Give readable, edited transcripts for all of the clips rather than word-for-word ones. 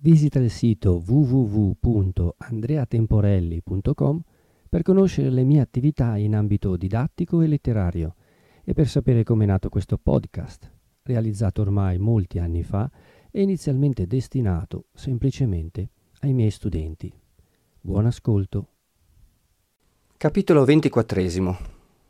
Visita il sito www.andreatemporelli.com per conoscere le mie attività in ambito didattico e letterario e per sapere come è nato questo podcast, realizzato ormai molti anni fa e inizialmente destinato semplicemente ai miei studenti. Buon ascolto. Capitolo 24.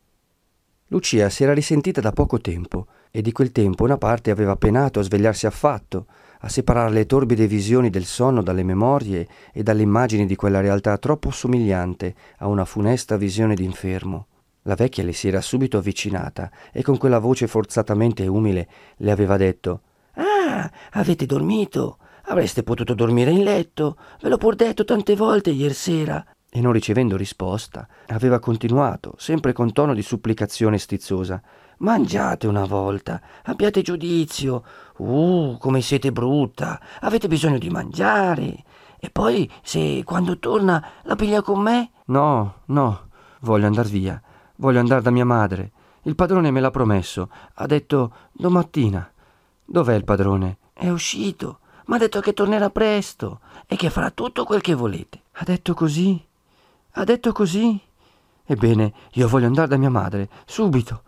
Lucia si era risentita da poco tempo e di quel tempo una parte aveva penato a svegliarsi affatto, a separare le torbide visioni del sonno dalle memorie e dalle immagini di quella realtà troppo somigliante a una funesta visione d'infermo. La vecchia le si era subito avvicinata e con quella voce forzatamente umile le aveva detto: «Ah, avete dormito? Avreste potuto dormire in letto, ve l'ho pur detto tante volte ieri sera». E non ricevendo risposta, aveva continuato, sempre con tono di supplicazione stizzosa: «Mangiate una volta, abbiate giudizio. Come siete brutta, avete bisogno di mangiare. E poi, se quando torna la piglia con me?» No, voglio andar via, voglio andare da mia madre. Il padrone me l'ha promesso, ha detto domattina. Dov'è il padrone? «È uscito, m'ha detto che tornerà presto e che farà tutto quel che volete». Ha detto così? Ha detto così? Ebbene, io voglio andare da mia madre, subito.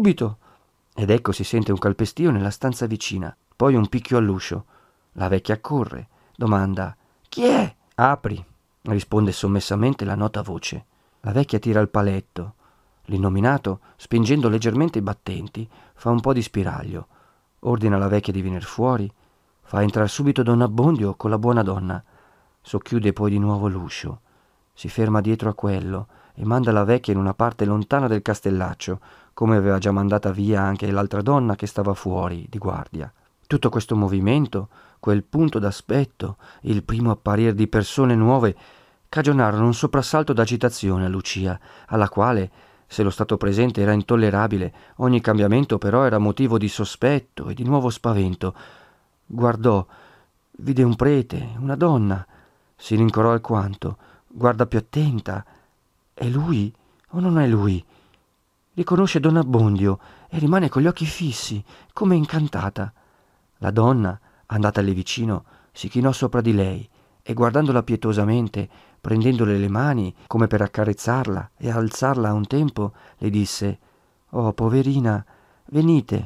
Ed ecco si sente un calpestio nella stanza vicina, poi un picchio all'uscio. La vecchia accorre, domanda: «Chi è?» «Apri», risponde sommessamente la nota voce. La vecchia tira il paletto. L'innominato, spingendo leggermente i battenti, fa un po' di spiraglio. Ordina alla vecchia di venir fuori, fa entrar subito don Abbondio con la buona donna. Socchiude poi di nuovo l'uscio. Si ferma dietro a quello e manda la vecchia in una parte lontana del castellaccio, come aveva già mandata via anche l'altra donna che stava fuori di guardia. Tutto questo movimento, quel punto d'aspetto, il primo apparire di persone nuove, cagionarono un soprassalto d'agitazione a Lucia, alla quale, se lo stato presente era intollerabile, ogni cambiamento però era motivo di sospetto e di nuovo spavento. Guardò, vide un prete, una donna, si rincorò alquanto, guarda più attenta. È lui o non è lui? Riconosce don Abbondio e rimane con gli occhi fissi, come incantata. La donna, andatale vicino, si chinò sopra di lei e guardandola pietosamente, prendendole le mani come per accarezzarla e alzarla a un tempo, le disse: «Oh, poverina, venite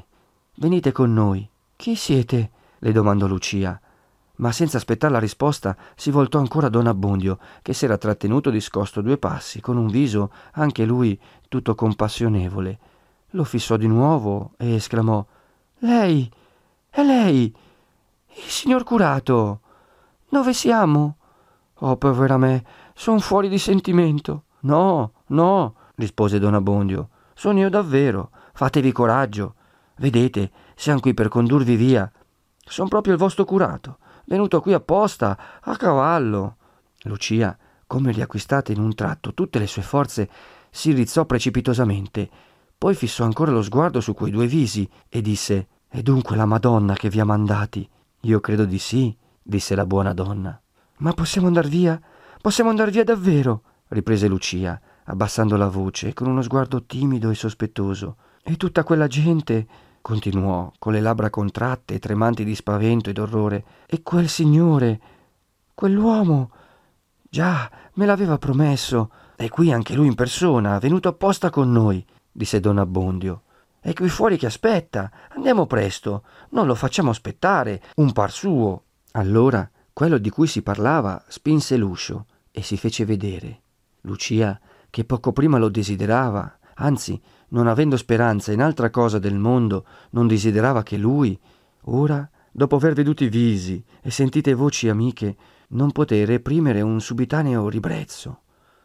con noi». «Chi siete?» le domandò Lucia. Ma senza aspettare la risposta si voltò ancora don Abbondio, che s'era trattenuto discosto 2 passi, con un viso, anche lui, tutto compassionevole. Lo fissò di nuovo e esclamò: «Lei! È lei! Il signor curato! Dove siamo?» «Oh, povera me, son fuori di sentimento». No, rispose don Abbondio, «sono io davvero. Fatevi coraggio. Vedete, siamo qui per condurvi via. Son proprio il vostro curato, venuto qui apposta, a cavallo». Lucia, come riacquistate in un tratto tutte le sue forze, si rizzò precipitosamente, poi fissò ancora lo sguardo su quei 2 visi e disse: «È dunque la Madonna che vi ha mandati?» «Io credo di sì», disse la buona donna. «Ma possiamo andar via? Possiamo andar via davvero?» riprese Lucia, abbassando la voce con uno sguardo timido e sospettoso. «E tutta quella gente», continuò, con le labbra contratte e tremanti di spavento e d'orrore, «e quel signore, quell'uomo, già, me l'aveva promesso. È qui anche lui in persona, venuto apposta con noi», disse don Abbondio. «È qui fuori che aspetta. Andiamo presto, non lo facciamo aspettare, un par suo». Allora quello di cui si parlava spinse l'uscio e si fece vedere. Lucia, che poco prima lo desiderava, anzi, non avendo speranza in altra cosa del mondo, non desiderava che lui, ora, dopo aver veduto i visi e sentite voci amiche, non poté reprimere un subitaneo ribrezzo.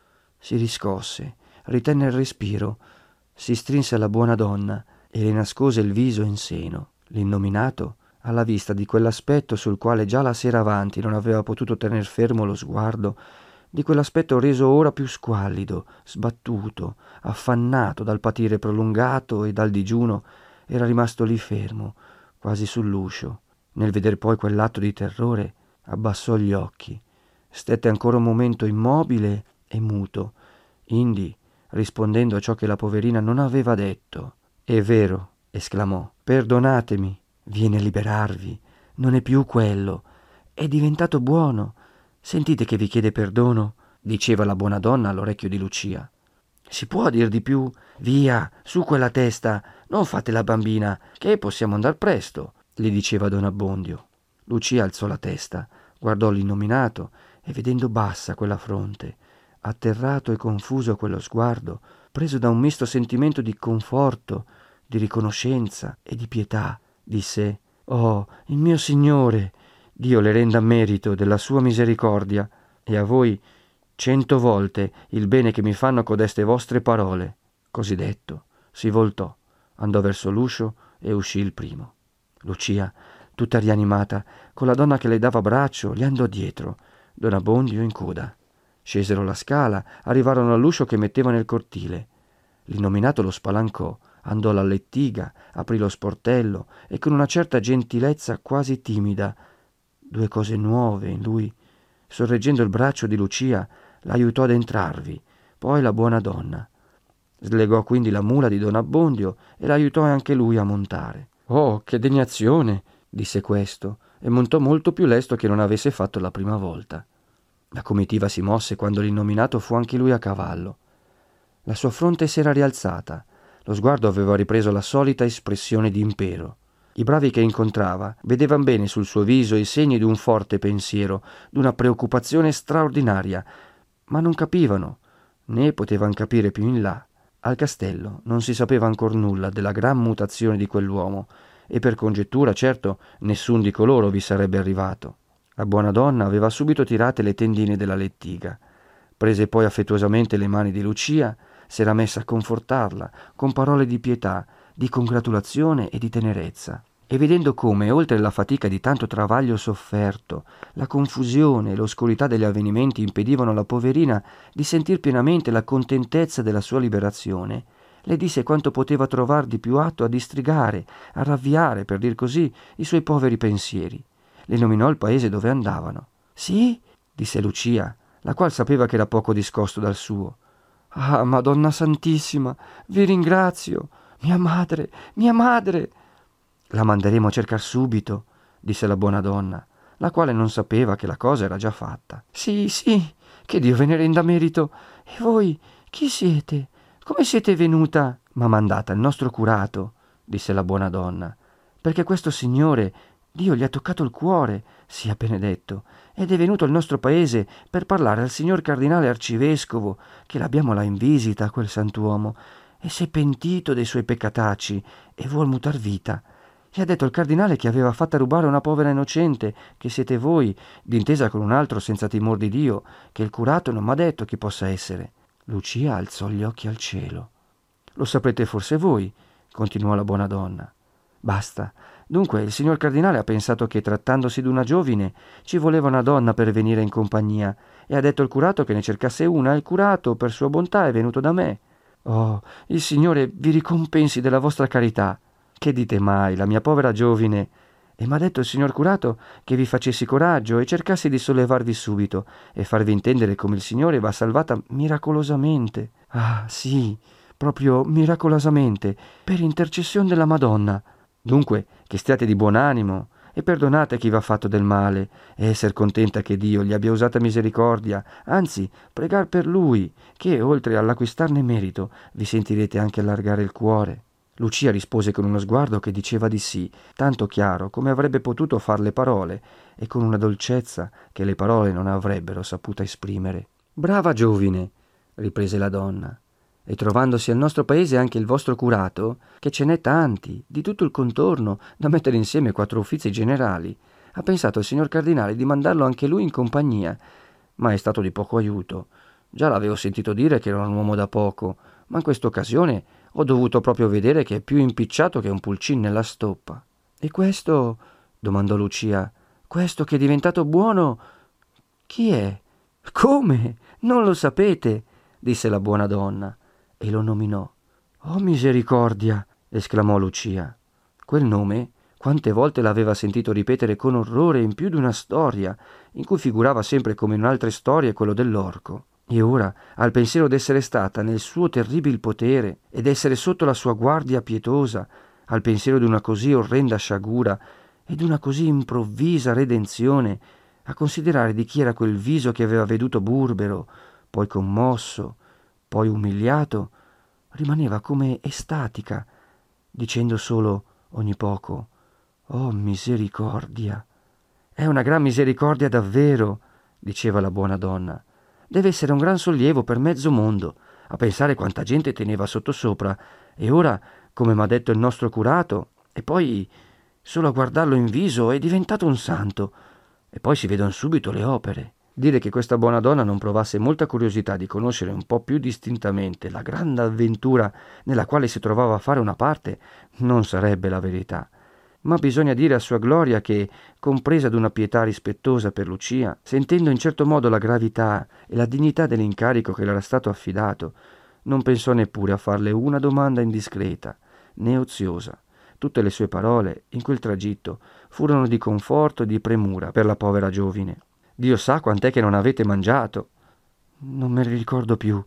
Si riscosse, ritenne il respiro, si strinse alla buona donna e le nascose il viso in seno. L'innominato, alla vista di quell'aspetto sul quale già la sera avanti non aveva potuto tener fermo lo sguardo, di quell'aspetto reso ora più squallido, sbattuto, affannato dal patire prolungato e dal digiuno, era rimasto lì fermo, quasi sull'uscio. Nel veder poi quell'atto di terrore, abbassò gli occhi, stette ancora un momento immobile e muto, indi, rispondendo a ciò che la poverina non aveva detto: «È vero», esclamò, «perdonatemi, viene a liberarvi, non è più quello, è diventato buono. Sentite che vi chiede perdono, diceva la buona donna all'orecchio di Lucia. Si può dir di più? Via, su quella testa, non fate la bambina, che possiamo andar presto, gli diceva don Abbondio. Lucia alzò la testa, guardò l'innominato e vedendo bassa quella fronte, atterrato e confuso quello sguardo, preso da un misto sentimento di conforto, di riconoscenza e di pietà, disse: «Oh, il mio Signore, Dio le renda merito della sua misericordia, e a voi 100 volte il bene che mi fanno codeste vostre parole». Così detto, si voltò, andò verso l'uscio e uscì il primo. Lucia, tutta rianimata, con la donna che le dava braccio, gli andò dietro, don Abbondio in coda. Scesero la scala, arrivarono all'uscio che metteva nel cortile. L'innominato lo spalancò, andò alla lettiga, aprì lo sportello e con una certa gentilezza quasi timida, 2 cose nuove in lui, sorreggendo il braccio di Lucia, l'aiutò ad entrarvi, poi la buona donna. Slegò quindi la mula di don Abbondio e l'aiutò anche lui a montare. «Oh, che degnazione!» disse questo, e montò molto più lesto che non avesse fatto la prima volta. La comitiva si mosse quando l'innominato fu anche lui a cavallo. La sua fronte s'era rialzata, lo sguardo aveva ripreso la solita espressione di impero. I bravi che incontrava vedevan bene sul suo viso i segni di un forte pensiero, d'una preoccupazione straordinaria, ma non capivano, né potevan capire più in là. Al castello non si sapeva ancor nulla della gran mutazione di quell'uomo, e per congettura, certo, nessun di coloro vi sarebbe arrivato. La buona donna aveva subito tirate le tendine della lettiga, prese poi affettuosamente le mani di Lucia, s'era messa a confortarla con parole di pietà, di congratulazione e di tenerezza. E vedendo come, oltre la fatica di tanto travaglio sofferto, la confusione e l'oscurità degli avvenimenti impedivano alla poverina di sentir pienamente la contentezza della sua liberazione, le disse quanto poteva trovar di più atto a distrigare, a ravviare, per dir così, i suoi poveri pensieri. Le nominò il paese dove andavano. «Sì?» disse Lucia, la qual sapeva che era poco discosto dal suo. «Ah, Madonna Santissima, vi ringrazio! Mia madre, mia madre!» «La manderemo a cercar subito», disse la buona donna, la quale non sapeva che la cosa era già fatta. «Sì, sì, che Dio ve ne renda merito. E voi, chi siete? Come siete venuta?» «M'ha mandata il nostro curato», disse la buona donna, «perché questo signore, Dio gli ha toccato il cuore, sia benedetto, ed è venuto al nostro paese per parlare al signor cardinale arcivescovo, che l'abbiamo là in visita, quel sant'uomo, e s'è pentito dei suoi peccatacci e vuol mutar vita. Gli ha detto il cardinale che aveva fatta rubare una povera innocente, che siete voi, d'intesa con un altro senza timor di Dio, che il curato non m'ha detto chi possa essere». Lucia alzò gli occhi al cielo. «Lo saprete forse voi», continuò la buona donna. «Basta. Dunque il signor cardinale ha pensato che, trattandosi d'una giovine, ci voleva una donna per venire in compagnia, e ha detto al curato che ne cercasse una, e il curato, per sua bontà, è venuto da me. Oh, il Signore vi ricompensi della vostra carità. Che dite mai, la mia povera giovine? E m'ha detto il signor curato che vi facessi coraggio e cercassi di sollevarvi subito e farvi intendere come il Signore v'ha salvata miracolosamente. Ah, sì, proprio miracolosamente, per intercessione della Madonna. Dunque, che stiate di buon animo e perdonate chi v'ha fatto del male e esser contenta che Dio gli abbia usata misericordia, anzi, pregar per lui, che, oltre all'acquistarne merito, vi sentirete anche allargare il cuore». Lucia rispose con uno sguardo che diceva di sì, tanto chiaro come avrebbe potuto far le parole, e con una dolcezza che le parole non avrebbero saputa esprimere. «Brava giovine», riprese la donna, «e trovandosi al nostro paese anche il vostro curato, che ce n'è tanti, di tutto il contorno, da mettere insieme 4 uffizi generali, ha pensato il signor cardinale di mandarlo anche lui in compagnia, ma è stato di poco aiuto. Già l'avevo sentito dire che era un uomo da poco, ma in questa occasione ho dovuto proprio vedere che è più impicciato che un pulcin nella stoppa». «E questo?» domandò Lucia. «Questo che è diventato buono, chi è?» «Come? Non lo sapete?» disse la buona donna, e lo nominò. «Oh misericordia!» esclamò Lucia. Quel nome quante volte l'aveva sentito ripetere con orrore in più d'una storia, in cui figurava sempre come in altre storie quello dell'orco. E ora, al pensiero d'essere stata nel suo terribil potere ed essere sotto la sua guardia pietosa, al pensiero d'una così orrenda sciagura e d'una così improvvisa redenzione, a considerare di chi era quel viso che aveva veduto burbero, poi commosso, poi umiliato, rimaneva come estatica, dicendo solo ogni poco: «Oh, misericordia!» «È una gran misericordia davvero», diceva la buona donna. «Deve essere un gran sollievo per mezzo mondo, a pensare quanta gente teneva sottosopra, e ora, come m'ha detto il nostro curato, e poi solo a guardarlo in viso è diventato un santo, e poi si vedono subito le opere». Dire che questa buona donna non provasse molta curiosità di conoscere un po' più distintamente la grande avventura nella quale si trovava a fare una parte non sarebbe la verità. Ma bisogna dire a sua gloria che, compresa d'una pietà rispettosa per Lucia, sentendo in certo modo la gravità e la dignità dell'incarico che le era stato affidato, non pensò neppure a farle una domanda indiscreta, né oziosa. Tutte le sue parole, in quel tragitto, furono di conforto e di premura per la povera giovine. «Dio sa quant'è che non avete mangiato». «Non me ne ricordo più.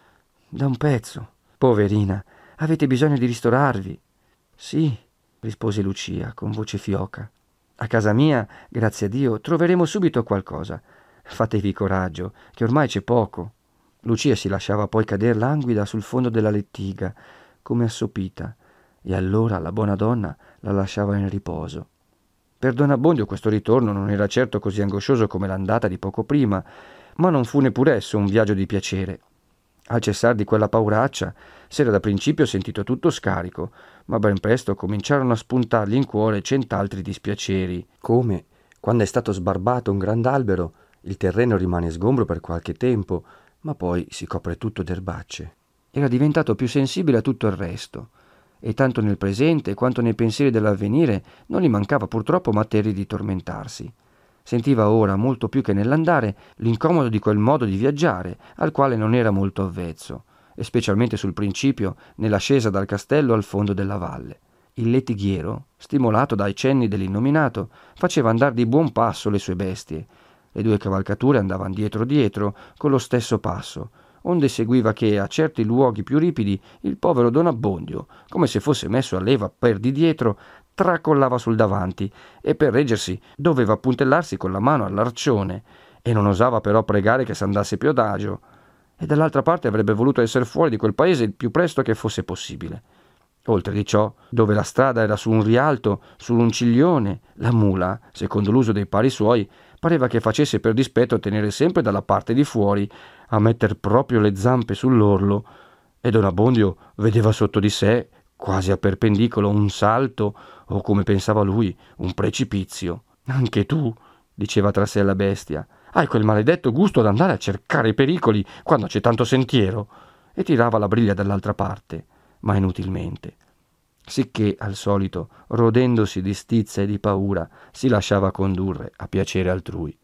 Da un pezzo». «Poverina, avete bisogno di ristorarvi». «Sì», rispose Lucia con voce fioca. «A casa mia, grazie a Dio, troveremo subito qualcosa. Fatevi coraggio, che ormai c'è poco». Lucia si lasciava poi cader languida sul fondo della lettiga, come assopita, e allora la buona donna la lasciava in riposo. Per don Abbondio questo ritorno non era certo così angoscioso come l'andata di poco prima, ma non fu neppure esso un viaggio di piacere. Al cessar di quella pauraccia s'era da principio sentito tutto scarico, ma ben presto cominciarono a spuntargli in cuore cent'altri dispiaceri. Come, quando è stato sbarbato un grand'albero, il terreno rimane sgombro per qualche tempo, ma poi si copre tutto d'erbacce. Era diventato più sensibile a tutto il resto, e tanto nel presente quanto nei pensieri dell'avvenire non gli mancava purtroppo materie di tormentarsi. Sentiva ora, molto più che nell'andare, l'incomodo di quel modo di viaggiare, al quale non era molto avvezzo, e specialmente sul principio, nell'ascesa dal castello al fondo della valle. Il lettighiero, stimolato dai cenni dell'innominato, faceva andar di buon passo le sue bestie. Le due cavalcature andavan dietro con lo stesso passo, onde seguiva che a certi luoghi più ripidi il povero don Abbondio, come se fosse messo a leva per di dietro, tracollava sul davanti, e per reggersi doveva puntellarsi con la mano all'arcione, e non osava però pregare che s'andasse più adagio, e dall'altra parte avrebbe voluto essere fuori di quel paese il più presto che fosse possibile. Oltre di ciò, dove la strada era su un rialto, su un ciglione, la mula, secondo l'uso dei pari suoi, pareva che facesse per dispetto tenere sempre dalla parte di fuori, a metter proprio le zampe sull'orlo, e don Abbondio vedeva sotto di sé, quasi a perpendicolo, un salto, o come pensava lui, un precipizio. «Anche tu», diceva tra sé la bestia, «hai quel maledetto gusto d'andare a cercare i pericoli quando c'è tanto sentiero», e tirava la briglia dall'altra parte, ma inutilmente. Sicché, al solito, rodendosi di stizza e di paura, si lasciava condurre a piacere altrui.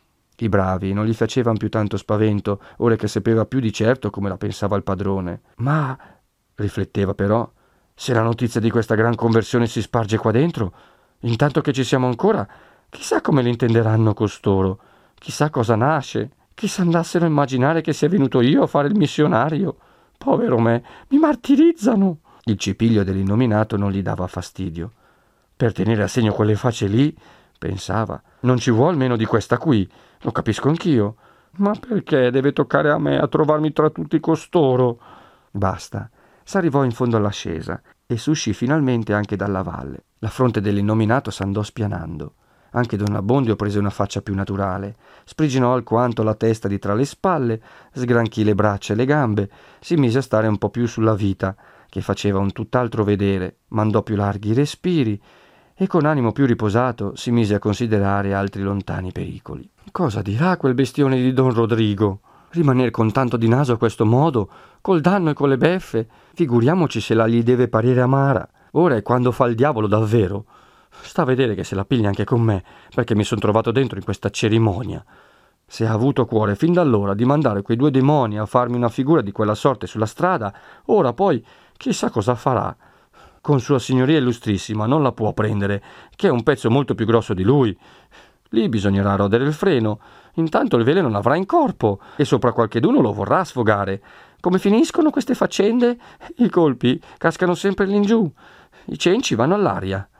I bravi non gli facevan più tanto spavento, ora che sapeva più di certo come la pensava il padrone. «Ma», rifletteva però, «se la notizia di questa gran conversione si sparge qua dentro, intanto che ci siamo ancora, chissà come l'intenderanno costoro, chissà cosa nasce, chi s'andassero a immaginare che sia venuto io a fare il missionario. Povero me, mi martirizzano». Il cipiglio dell'innominato non gli dava fastidio. «Per tenere a segno quelle facce lì», pensava, «non ci vuol meno di questa qui, lo capisco anch'io. Ma perché deve toccare a me a trovarmi tra tutti costoro?» Basta. S'arrivò in fondo all'ascesa e s'uscì finalmente anche dalla valle. La fronte dell'innominato s'andò spianando. Anche don Abbondio prese una faccia più naturale, spriginò alquanto la testa di tra le spalle, sgranchì le braccia e le gambe, si mise a stare un po' più sulla vita, che faceva un tutt'altro vedere, mandò più larghi respiri e con animo più riposato si mise a considerare altri lontani pericoli. «Cosa dirà quel bestione di don Rodrigo? Rimaner con tanto di naso a questo modo, col danno e con le beffe, figuriamoci se la gli deve parere amara. Ora è quando fa il diavolo davvero. Sta a vedere che se la piglia anche con me, perché mi son trovato dentro in questa cerimonia. Se ha avuto cuore fin da allora di mandare quei due demoni a farmi una figura di quella sorte sulla strada, ora poi chissà cosa farà. Con sua signoria illustrissima non la può prendere, che è un pezzo molto più grosso di lui. Lì bisognerà rodere il freno, intanto il veleno l'avrà in corpo e sopra qualcheduno lo vorrà sfogare. Come finiscono queste faccende? I colpi cascano sempre all'ingiù, i cenci vanno all'aria.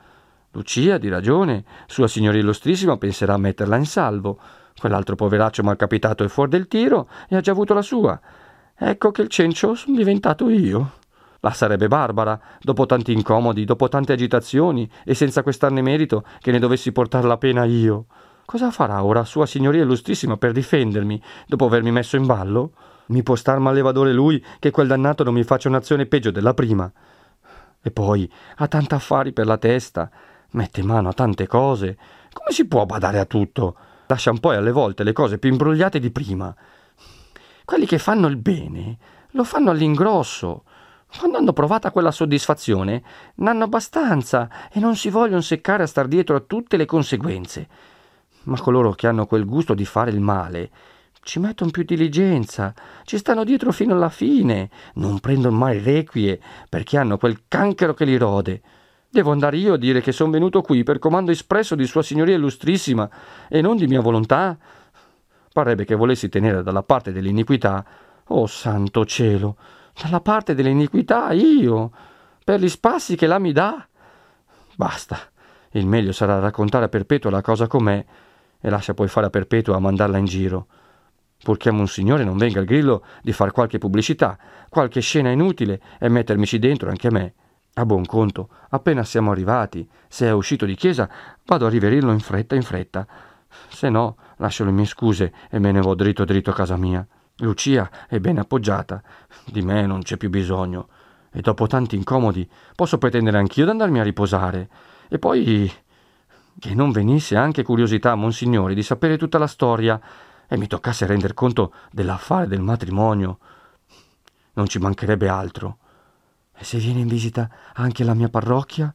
Lucia, di ragione, sua signoria illustrissima penserà a metterla in salvo. Quell'altro poveraccio malcapitato è fuori del tiro e ha già avuto la sua. Ecco che il cencio sono diventato io. La sarebbe barbara, dopo tanti incomodi, dopo tante agitazioni e senza quest'arne merito che ne dovessi portare la pena io. Cosa farà ora sua signoria illustrissima per difendermi dopo avermi messo in ballo? Mi può star mallevadore lui che quel dannato non mi faccia un'azione peggio della prima. E poi ha tanti affari per la testa, mette mano a tante cose. Come si può badare a tutto? Lascian poi alle volte le cose più imbrogliate di prima. Quelli che fanno il bene lo fanno all'ingrosso. Quando hanno provata quella soddisfazione, n'hanno abbastanza e non si vogliono seccare a star dietro a tutte le conseguenze. Ma coloro che hanno quel gusto di fare il male ci mettono più diligenza, ci stanno dietro fino alla fine, non prendono mai requie perché hanno quel canchero che li rode. Devo andare io a dire che sono venuto qui per comando espresso di Sua Signoria Illustrissima e non di mia volontà? Parrebbe che volessi tenere dalla parte dell'iniquità. Oh santo cielo, dalla parte dell'iniquità io, per gli spassi che là mi dà. Basta, il meglio sarà raccontare a Perpetua la cosa com'è e lascia poi fare a Perpetua a mandarla in giro, purché a Monsignore non venga il grillo di far qualche pubblicità, qualche scena inutile e mettermici dentro anche me. A buon conto, appena siamo arrivati, se è uscito di chiesa, vado a riverirlo in fretta, se no lascio le mie scuse e me ne vo dritto a casa mia. Lucia è ben appoggiata, di me non c'è più bisogno, e dopo tanti incomodi posso pretendere anch'io d'andarmi a riposare. E poi che non venisse anche curiosità a Monsignore di sapere tutta la storia e mi toccasse render conto dell'affare del matrimonio. Non ci mancherebbe altro. E se viene in visita anche alla mia parrocchia?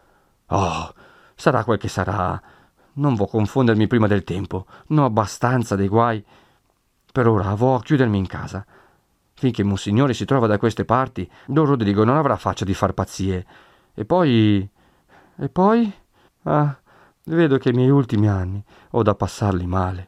Oh, sarà quel che sarà. Non vo confondermi prima del tempo. Ne ho abbastanza dei guai. Per ora vo a chiudermi in casa. Finché Monsignore si trova da queste parti, Don Rodrigo non avrà faccia di far pazzie. E poi? Ah, vedo che i miei ultimi anni ho da passarli male.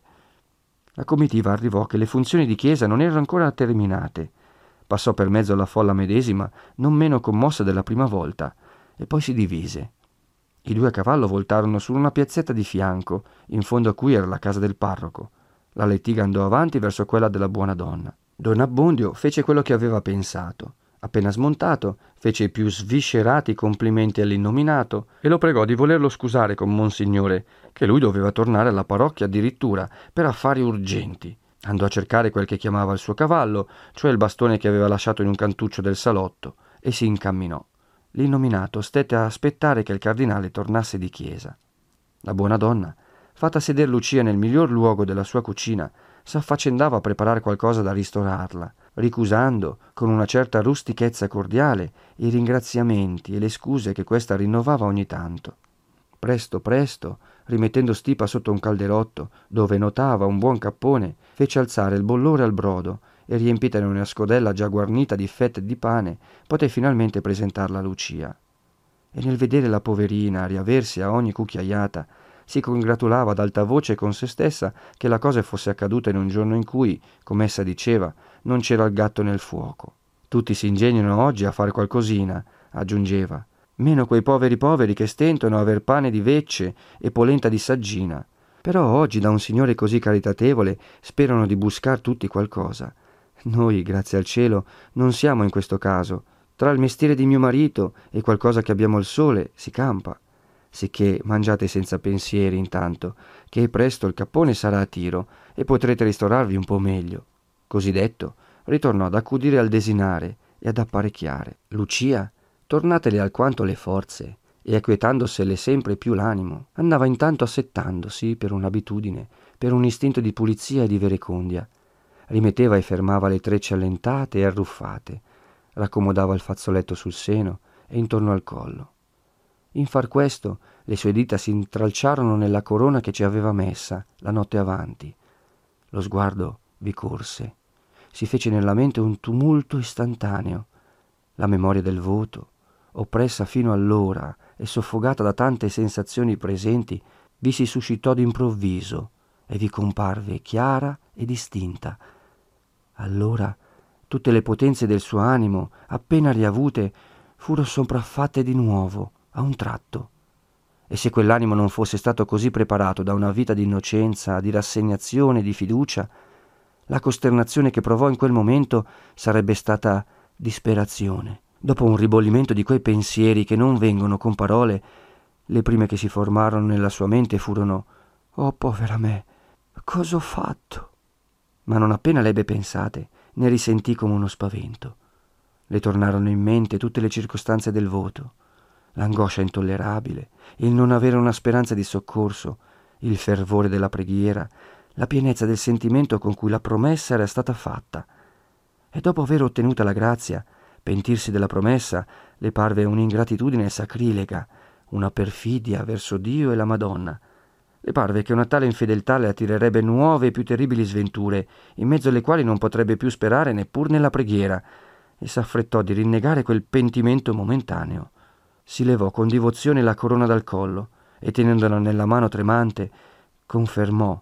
La comitiva arrivò che le funzioni di chiesa non erano ancora terminate. Passò per mezzo alla folla medesima, non meno commossa della prima volta, e poi si divise. I due a cavallo voltarono su una piazzetta di fianco, in fondo a cui era la casa del parroco. La lettiga andò avanti verso quella della buona donna. Don Abbondio fece quello che aveva pensato. Appena smontato, fece i più sviscerati complimenti all'innominato e lo pregò di volerlo scusare con Monsignore, che lui doveva tornare alla parrocchia addirittura per affari urgenti. Andò a cercare quel che chiamava il suo cavallo, cioè il bastone che aveva lasciato in un cantuccio del salotto, e si incamminò. L'innominato stette a aspettare che il cardinale tornasse di chiesa. La buona donna, fatta seder Lucia nel miglior luogo della sua cucina, s'affaccendava a preparare qualcosa da ristorarla, ricusando, con una certa rustichezza cordiale, i ringraziamenti e le scuse che questa rinnovava ogni tanto. Presto, rimettendo stipa sotto un calderotto, dove notava un buon cappone, fece alzare il bollore al brodo e, riempita in una scodella già guarnita di fette di pane, poté finalmente presentarla a Lucia. E nel vedere la poverina riaversi a ogni cucchiaiata, si congratulava ad alta voce con se stessa che la cosa fosse accaduta in un giorno in cui, come essa diceva, non c'era il gatto nel fuoco. Tutti si ingegnano oggi a fare qualcosina, aggiungeva, meno quei poveri che stentano a aver pane di vecce e polenta di saggina. Però oggi da un signore così caritatevole sperano di buscar tutti qualcosa. Noi, grazie al cielo, non siamo in questo caso. Tra il mestiere di mio marito e qualcosa che abbiamo al sole si campa. Sicché mangiate senza pensieri intanto, che presto il cappone sarà a tiro e potrete ristorarvi un po' meglio. Così detto, ritornò ad accudire al desinare e ad apparecchiare. Lucia, tornatele alquanto le forze e acquietandosele sempre più l'animo, andava intanto assettandosi per un'abitudine, per un istinto di pulizia e di verecondia. Rimetteva e fermava le trecce allentate e arruffate, raccomodava il fazzoletto sul seno e intorno al collo. In far questo, le sue dita si intralciarono nella corona che ci aveva messa la notte avanti. Lo sguardo vi corse. Si fece nella mente un tumulto istantaneo. La memoria del voto, oppressa fino allora e soffocata da tante sensazioni presenti, vi si suscitò d'improvviso e vi comparve chiara e distinta. Allora tutte le potenze del suo animo, appena riavute, furono sopraffatte di nuovo, a un tratto, E se quell'animo non fosse stato così preparato da una vita di innocenza, di rassegnazione, di fiducia, la costernazione che provò in quel momento sarebbe stata disperazione. Dopo un ribollimento di quei pensieri che non vengono con parole, le prime che si formarono nella sua mente furono «Oh, povera me, cosa ho fatto?» Ma non appena le ebbe pensate, ne risentì come uno spavento. Le tornarono in mente tutte le circostanze del voto, l'angoscia intollerabile, il non avere una speranza di soccorso, il fervore della preghiera, la pienezza del sentimento con cui la promessa era stata fatta. E dopo aver ottenuta la grazia, pentirsi della promessa le parve un'ingratitudine sacrilega, una perfidia verso Dio e la Madonna. Le parve che una tale infedeltà le attirerebbe nuove e più terribili sventure, in mezzo alle quali non potrebbe più sperare neppur nella preghiera, e s'affrettò di rinnegare quel pentimento momentaneo. Si levò con divozione la corona dal collo e, tenendola nella mano tremante, confermò,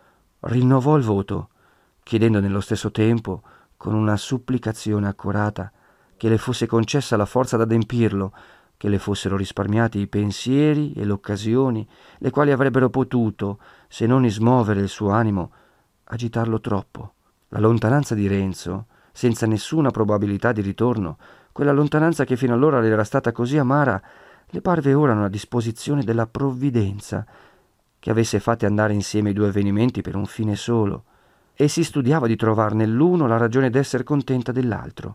rinnovò il voto, chiedendo nello stesso tempo, con una supplicazione accorata, che le fosse concessa la forza d'adempirlo, che le fossero risparmiati i pensieri e le occasioni, le quali avrebbero potuto, se non smuovere il suo animo, agitarlo troppo. La lontananza di Renzo, senza nessuna probabilità di ritorno, quella lontananza che fino allora le era stata così amara, le parve ora una disposizione della provvidenza, che avesse fatte andare insieme i due avvenimenti per un fine solo, e si studiava di trovar nell'uno la ragione d'essere contenta dell'altro,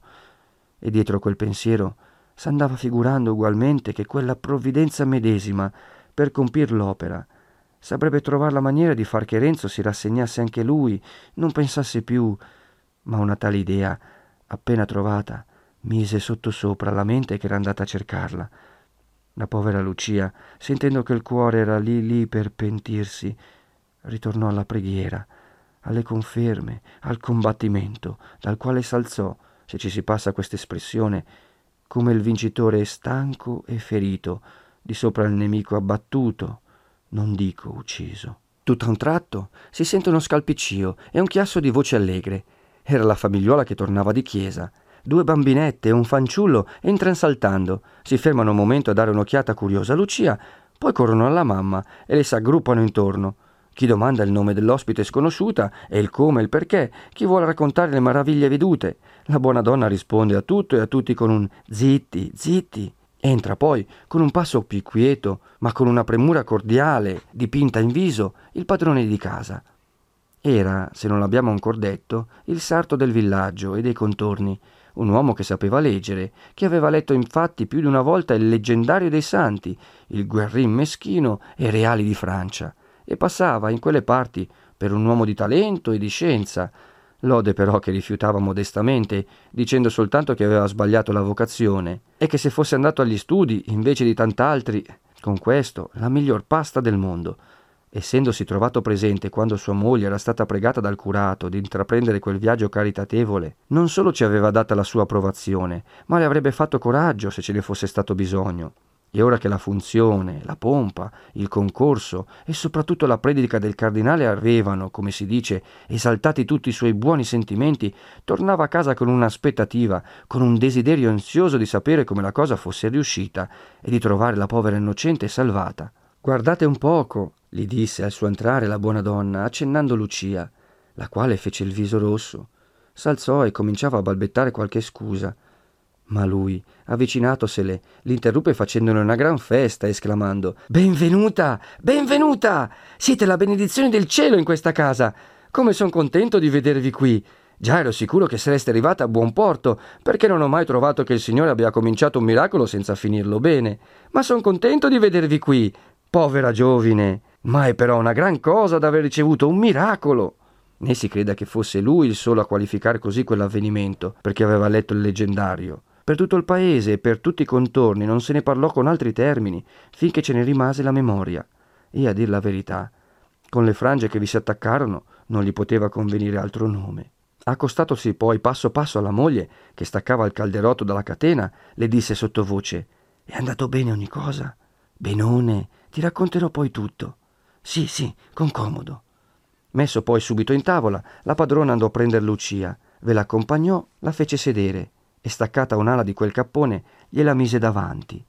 e dietro quel pensiero s'andava figurando ugualmente che quella provvidenza medesima, per compir l'opera, saprebbe trovar la maniera di far che Renzo si rassegnasse anche lui, non pensasse più, ma una tale idea, appena trovata, mise sottosopra la mente che era andata a cercarla. La povera Lucia, sentendo che il cuore era lì per pentirsi, ritornò alla preghiera, alle conferme, al combattimento, dal quale s'alzò, se ci si passa questa espressione, come il vincitore stanco e ferito, di sopra il nemico abbattuto, non dico ucciso. Tutto a un tratto si sente uno scalpiccio e un chiasso di voci allegre. Era la famigliuola che tornava di chiesa. 2 bambinette e un fanciullo entrano saltando, si fermano un momento a dare un'occhiata curiosa a Lucia, poi corrono alla mamma e le s'aggruppano intorno. Chi domanda il nome dell'ospite sconosciuta e il come e il perché, chi vuole raccontare le meraviglie vedute. La buona donna risponde a tutto e a tutti con un zitti, zitti. Entra poi, con un passo più quieto, ma con una premura cordiale, dipinta in viso, il padrone di casa. Era, se non l'abbiamo ancor detto, il sarto del villaggio e dei contorni, un uomo che sapeva leggere, che aveva letto infatti più di una volta il leggendario dei santi, il Guerrin meschino e reali di Francia, e passava in quelle parti per un uomo di talento e di scienza, lode però che rifiutava modestamente, dicendo soltanto che aveva sbagliato la vocazione e che se fosse andato agli studi invece di tant'altri, con questo la miglior pasta del mondo. Essendosi trovato presente quando sua moglie era stata pregata dal curato di intraprendere quel viaggio caritatevole, non solo ci aveva data la sua approvazione, ma le avrebbe fatto coraggio se ce ne fosse stato bisogno. E ora che la funzione, la pompa, il concorso e soprattutto la predica del cardinale avevano, come si dice, esaltati tutti i suoi buoni sentimenti, tornava a casa con un'aspettativa, con un desiderio ansioso di sapere come la cosa fosse riuscita e di trovare la povera innocente salvata. «Guardate un poco», gli disse al suo entrare la buona donna, accennando Lucia, la quale fece il viso rosso, s'alzò e cominciava a balbettare qualche scusa. Ma lui, avvicinatosele, l'interruppe facendone una gran festa, esclamando «Benvenuta! Benvenuta! Siete la benedizione del cielo in questa casa! Come son contento di vedervi qui! Già ero sicuro che sareste arrivata a buon porto, perché non ho mai trovato che il Signore abbia cominciato un miracolo senza finirlo bene. Ma son contento di vedervi qui! Povera giovine! Ma è però una gran cosa d'aver ricevuto un miracolo!» Né si creda che fosse lui il solo a qualificare così quell'avvenimento, perché aveva letto il leggendario. Per tutto il paese e per tutti i contorni non se ne parlò con altri termini, finché ce ne rimase la memoria. E a dir la verità, con le frange che vi si attaccarono, non gli poteva convenire altro nome. Accostatosi poi passo passo alla moglie, che staccava il calderotto dalla catena, le disse sottovoce: «È andato bene ogni cosa? Benone, ti racconterò poi tutto. Sì, con comodo». Messo poi subito in tavola, la padrona andò a prender Lucia, ve l'accompagnò, la fece sedere e staccata un'ala di quel cappone gliela mise davanti.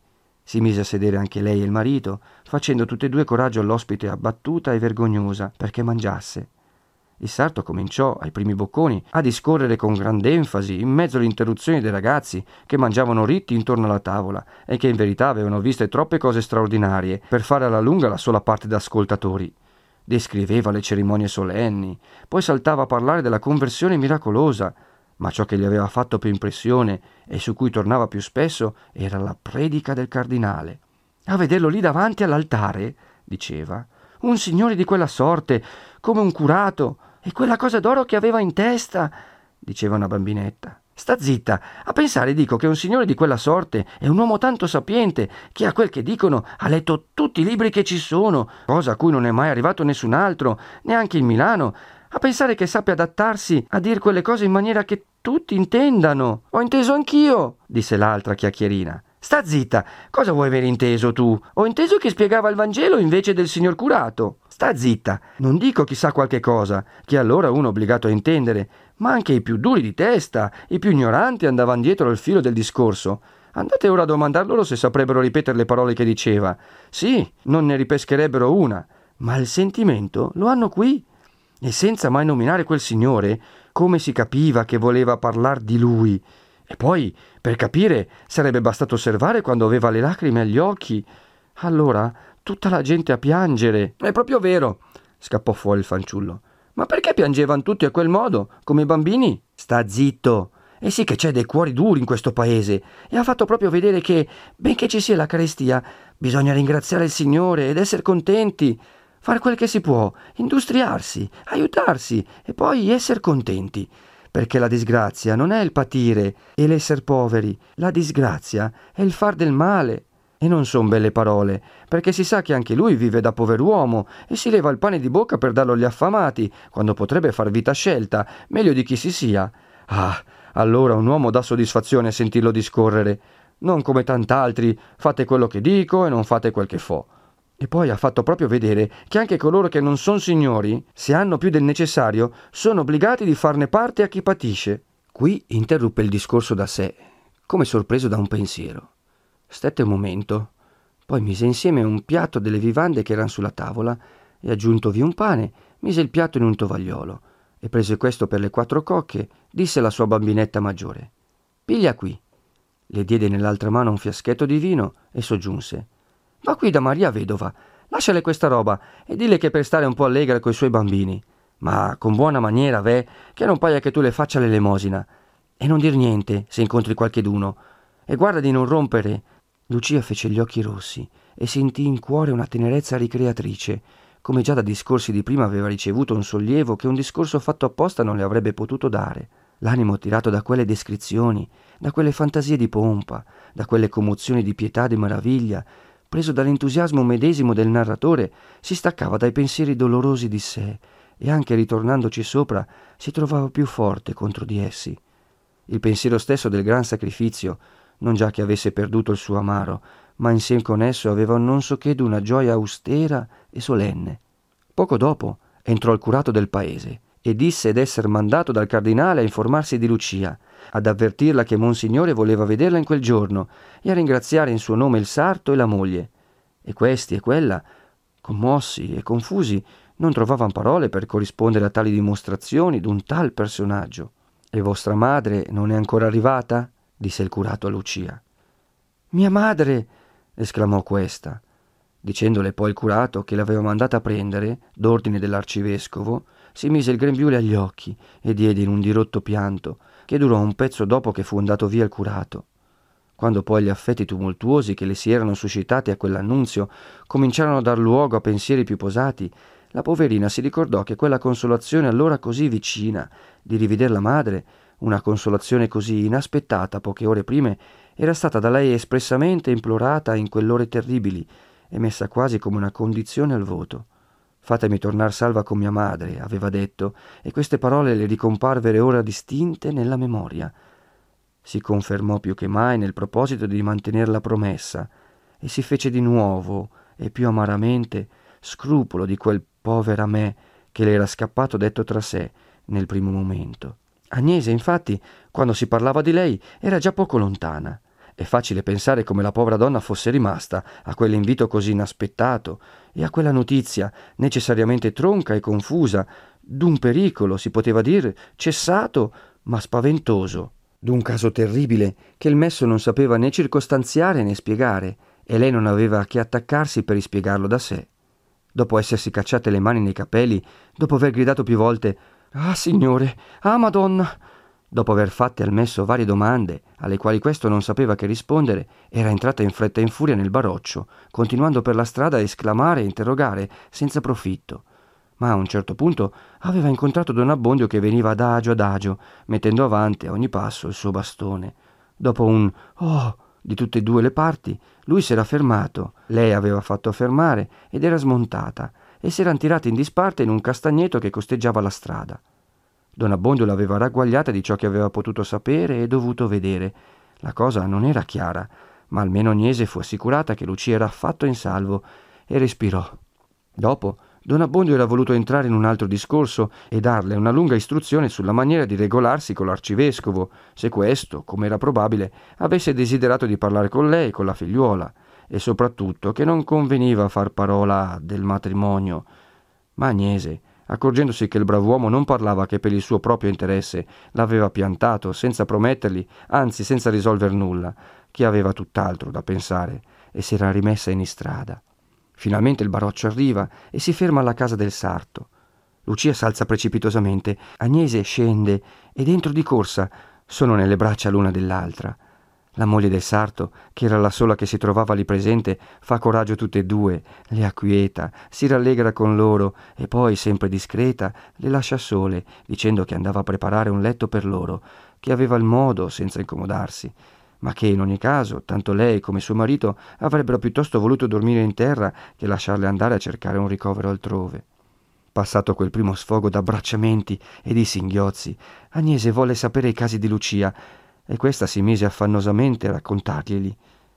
Si mise a sedere anche lei e il marito, facendo tutte e due coraggio all'ospite abbattuta e vergognosa perché mangiasse. Il sarto cominciò, ai primi bocconi, a discorrere con grande enfasi in mezzo alle interruzioni dei ragazzi che mangiavano ritti intorno alla tavola e che in verità avevano viste troppe cose straordinarie per fare alla lunga la sola parte da ascoltatori. Descriveva le cerimonie solenni, poi saltava a parlare della conversione miracolosa, ma ciò che gli aveva fatto più impressione e su cui tornava più spesso era la predica del cardinale. A vederlo lì davanti all'altare, diceva, un signore di quella sorte, come un curato, e quella cosa d'oro che aveva in testa, diceva una bambinetta. Sta zitta, a pensare dico che un signore di quella sorte è un uomo tanto sapiente che a quel che dicono ha letto tutti i libri che ci sono, cosa a cui non è mai arrivato nessun altro, neanche in Milano, a pensare che sappia adattarsi a dir quelle cose in maniera che tutti intendano. Ho inteso anch'io, disse l'altra chiacchierina. Sta zitta, cosa vuoi aver inteso tu? Ho inteso che spiegava il Vangelo invece del signor curato. Sta zitta, non dico chissà qualche cosa, che allora uno è obbligato a intendere, ma anche i più duri di testa, i più ignoranti andavano dietro al filo del discorso. Andate ora a domandar loro se saprebbero ripetere le parole che diceva. Sì, non ne ripescherebbero una, ma il sentimento lo hanno qui. E senza mai nominare quel signore, come si capiva che voleva parlar di lui? E poi, per capire, sarebbe bastato osservare quando aveva le lacrime agli occhi. Allora, tutta la gente a piangere. È proprio vero, scappò fuori il fanciullo. Ma perché piangevano tutti a quel modo, come i bambini? Sta zitto. E sì che c'è dei cuori duri in questo paese. E ha fatto proprio vedere che, benché ci sia la carestia, bisogna ringraziare il Signore ed essere contenti. Fare quel che si può, industriarsi, aiutarsi e poi essere contenti. Perché la disgrazia non è il patire e l'essere poveri, la disgrazia è il far del male. E non son belle parole, perché si sa che anche lui vive da pover'uomo e si leva il pane di bocca per darlo agli affamati, quando potrebbe far vita scelta, meglio di chi si sia. Ah, allora un uomo dà soddisfazione a sentirlo discorrere, non come tant'altri, fate quello che dico e non fate quel che fo. E poi ha fatto proprio vedere che anche coloro che non son signori, se hanno più del necessario, sono obbligati di farne parte a chi patisce. Qui interruppe il discorso da sé, come sorpreso da un pensiero. Stette un momento, poi mise insieme un piatto delle vivande che eran sulla tavola e, aggiuntovi un pane, mise il piatto in un tovagliolo e prese questo per le 4 cocche, disse alla sua bambinetta maggiore: «Piglia qui». Le diede nell'altra mano un fiaschetto di vino e soggiunse: «Va qui da Maria Vedova, lasciale questa roba e dille che per stare un po' allegra coi suoi bambini, ma con buona maniera, che non paia che tu le faccia l'elemosina. E non dir niente se incontri qualcheduno, e guarda di non rompere». Lucia fece gli occhi rossi e sentì in cuore una tenerezza ricreatrice, come già da discorsi di prima aveva ricevuto un sollievo che un discorso fatto apposta non le avrebbe potuto dare. L'animo tirato da quelle descrizioni, da quelle fantasie di pompa, da quelle commozioni di pietà e di meraviglia, preso dall'entusiasmo medesimo del narratore, si staccava dai pensieri dolorosi di sé e anche ritornandoci sopra si trovava più forte contro di essi. Il pensiero stesso del gran sacrificio, non già che avesse perduto il suo amaro, ma insieme con esso aveva non so che d'una gioia austera e solenne. Poco dopo entrò il curato del paese e disse d'esser mandato dal cardinale a informarsi di Lucia, ad avvertirla che Monsignore voleva vederla in quel giorno e a ringraziare in suo nome il sarto e la moglie. E questi e quella, commossi e confusi, non trovavan parole per corrispondere a tali dimostrazioni d'un tal personaggio. «E vostra madre non è ancora arrivata?» disse il curato a Lucia. «Mia madre!» esclamò questa. Dicendole poi il curato che l'aveva mandata a prendere, d'ordine dell'arcivescovo, si mise il grembiule agli occhi e diede in un dirotto pianto, che durò un pezzo dopo che fu andato via il curato. Quando poi gli affetti tumultuosi che le si erano suscitati a quell'annunzio cominciarono a dar luogo a pensieri più posati, la poverina si ricordò che quella consolazione allora così vicina di riveder la madre, una consolazione così inaspettata poche ore prime, era stata da lei espressamente implorata in quell'ore terribili e messa quasi come una condizione al voto. «Fatemi tornar salva con mia madre», aveva detto, e queste parole le ricomparvero ora distinte nella memoria. Si confermò più che mai nel proposito di mantenere la promessa e si fece di nuovo e più amaramente scrupolo di quel povera me che le era scappato detto tra sé nel primo momento. Agnese, infatti, quando si parlava di lei, era già poco lontana. È facile pensare come la povera donna fosse rimasta a quell'invito così inaspettato e a quella notizia necessariamente tronca e confusa d'un pericolo, si poteva dire, cessato, ma spaventoso, d'un caso terribile che il messo non sapeva né circostanziare né spiegare, e lei non aveva a che attaccarsi per ispiegarlo da sé. Dopo essersi cacciate le mani nei capelli, dopo aver gridato più volte «Ah, Signore! Ah, Madonna!», dopo aver fatte al messo varie domande, alle quali questo non sapeva che rispondere, era entrata in fretta e in furia nel baroccio, continuando per la strada a esclamare e interrogare senza profitto. Ma a un certo punto aveva incontrato Don Abbondio che veniva adagio, mettendo avanti a ogni passo il suo bastone. Dopo un «Oh!» di tutte e due le parti, lui s'era fermato, lei aveva fatto fermare ed era smontata, e s'eran tirati in disparte in un castagneto che costeggiava la strada. Don Abbondio l'aveva ragguagliata di ciò che aveva potuto sapere e dovuto vedere. La cosa non era chiara, ma almeno Agnese fu assicurata che Lucia era affatto in salvo e respirò. Dopo, Don Abbondio era voluto entrare in un altro discorso e darle una lunga istruzione sulla maniera di regolarsi con l'arcivescovo, se questo, come era probabile, avesse desiderato di parlare con lei e con la figliuola, e soprattutto che non conveniva far parola del matrimonio. Ma Agnese, accorgendosi che il brav'uomo non parlava che per il suo proprio interesse, l'aveva piantato senza promettergli, anzi senza risolver nulla, che aveva tutt'altro da pensare, e si era rimessa in istrada. Finalmente il baroccio arriva e si ferma alla casa del sarto. Lucia s'alza precipitosamente, Agnese scende e dentro di corsa sono nelle braccia l'una dell'altra. La moglie del sarto, che era la sola che si trovava lì presente, fa coraggio tutte e due, le acquieta, si rallegra con loro e poi, sempre discreta, le lascia sole, dicendo che andava a preparare un letto per loro, che aveva il modo senza incomodarsi, ma che in ogni caso, tanto lei come suo marito avrebbero piuttosto voluto dormire in terra che lasciarle andare a cercare un ricovero altrove. Passato quel primo sfogo d'abbracciamenti e di singhiozzi, Agnese volle sapere i casi di Lucia, e questa si mise affannosamente a raccontarglieli.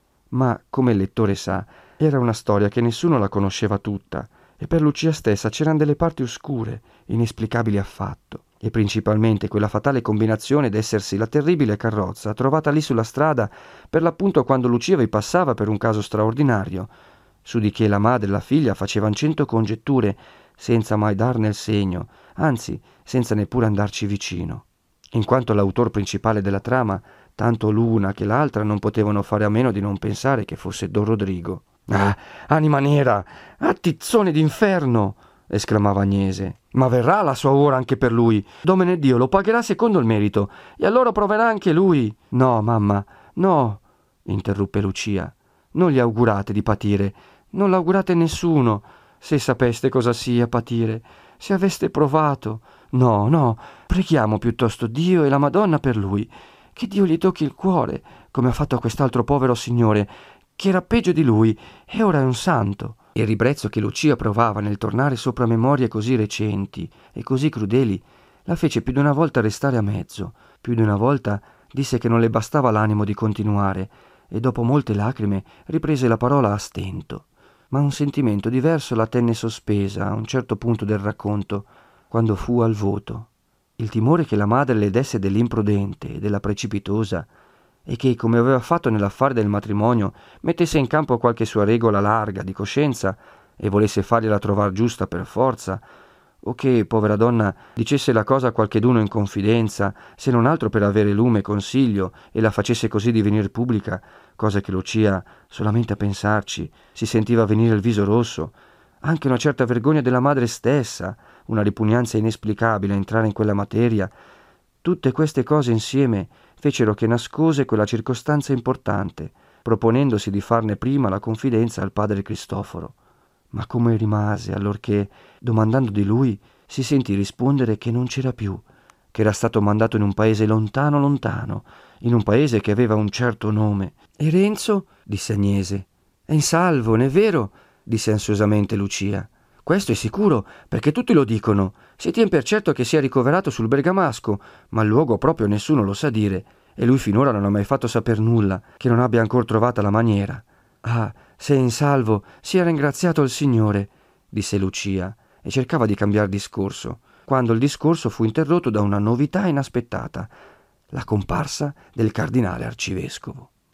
Ma, come il lettore sa, era una storia che nessuno la conosceva tutta, e per Lucia stessa c'eran delle parti oscure, inesplicabili affatto, e principalmente quella fatale combinazione d'essersi la terribile carrozza trovata lì sulla strada per l'appunto quando Lucia vi passava per un caso straordinario, su di che la madre e la figlia facevan 100 congetture senza mai darne il segno, anzi senza neppure andarci vicino. In quanto l'autor principale della trama, tanto l'una che l'altra non potevano fare a meno di non pensare che fosse Don Rodrigo. «Ah, anima nera! Ah, tizzone d'inferno!» esclamava Agnese. «Ma verrà la sua ora anche per lui. Domine Dio lo pagherà secondo il merito, e allora proverà anche lui». «No, mamma, no», interruppe Lucia. «Non gli augurate di patire, non l'augurate a nessuno. Se sapeste cosa sia patire, se aveste provato. No, no, preghiamo piuttosto Dio e la Madonna per lui, che Dio gli tocchi il cuore, come ha fatto a quest'altro povero signore, che era peggio di lui e ora è un santo». Il ribrezzo che Lucia provava nel tornare sopra memorie così recenti e così crudeli la fece più di una volta restare a mezzo, più di una volta disse che non le bastava l'animo di continuare, e dopo molte lacrime riprese la parola a stento. Ma un sentimento diverso la tenne sospesa a un certo punto del racconto, quando fu al voto. Il timore che la madre le desse dell'imprudente e della precipitosa, e che, come aveva fatto nell'affare del matrimonio, mettesse in campo qualche sua regola larga di coscienza e volesse fargliela trovar giusta per forza, o che, povera donna, dicesse la cosa a qualcheduno in confidenza, se non altro per avere lume e consiglio, e la facesse così divenir pubblica, cosa che Lucia, solamente a pensarci, si sentiva venire il viso rosso, anche una certa vergogna della madre stessa, una ripugnanza inesplicabile a entrare in quella materia. Tutte queste cose insieme fecero che nascose quella circostanza importante, proponendosi di farne prima la confidenza al padre Cristoforo. Ma come rimase allorché, domandando di lui, si sentì rispondere che non c'era più, che era stato mandato in un paese lontano lontano, in un paese che aveva un certo nome. «E Renzo?» disse Agnese. «È in salvo, non è vero?» disse ansiosamente Lucia. «Questo è sicuro, perché tutti lo dicono. Si tien per certo che sia ricoverato sul bergamasco, ma il luogo proprio nessuno lo sa dire, e lui finora non ha mai fatto saper nulla, che non abbia ancor trovata la maniera». «Ah, se è in salvo, sia ringraziato il Signore», disse Lucia, e cercava di cambiar discorso, quando il discorso fu interrotto da una novità inaspettata, la comparsa del cardinale arcivescovo.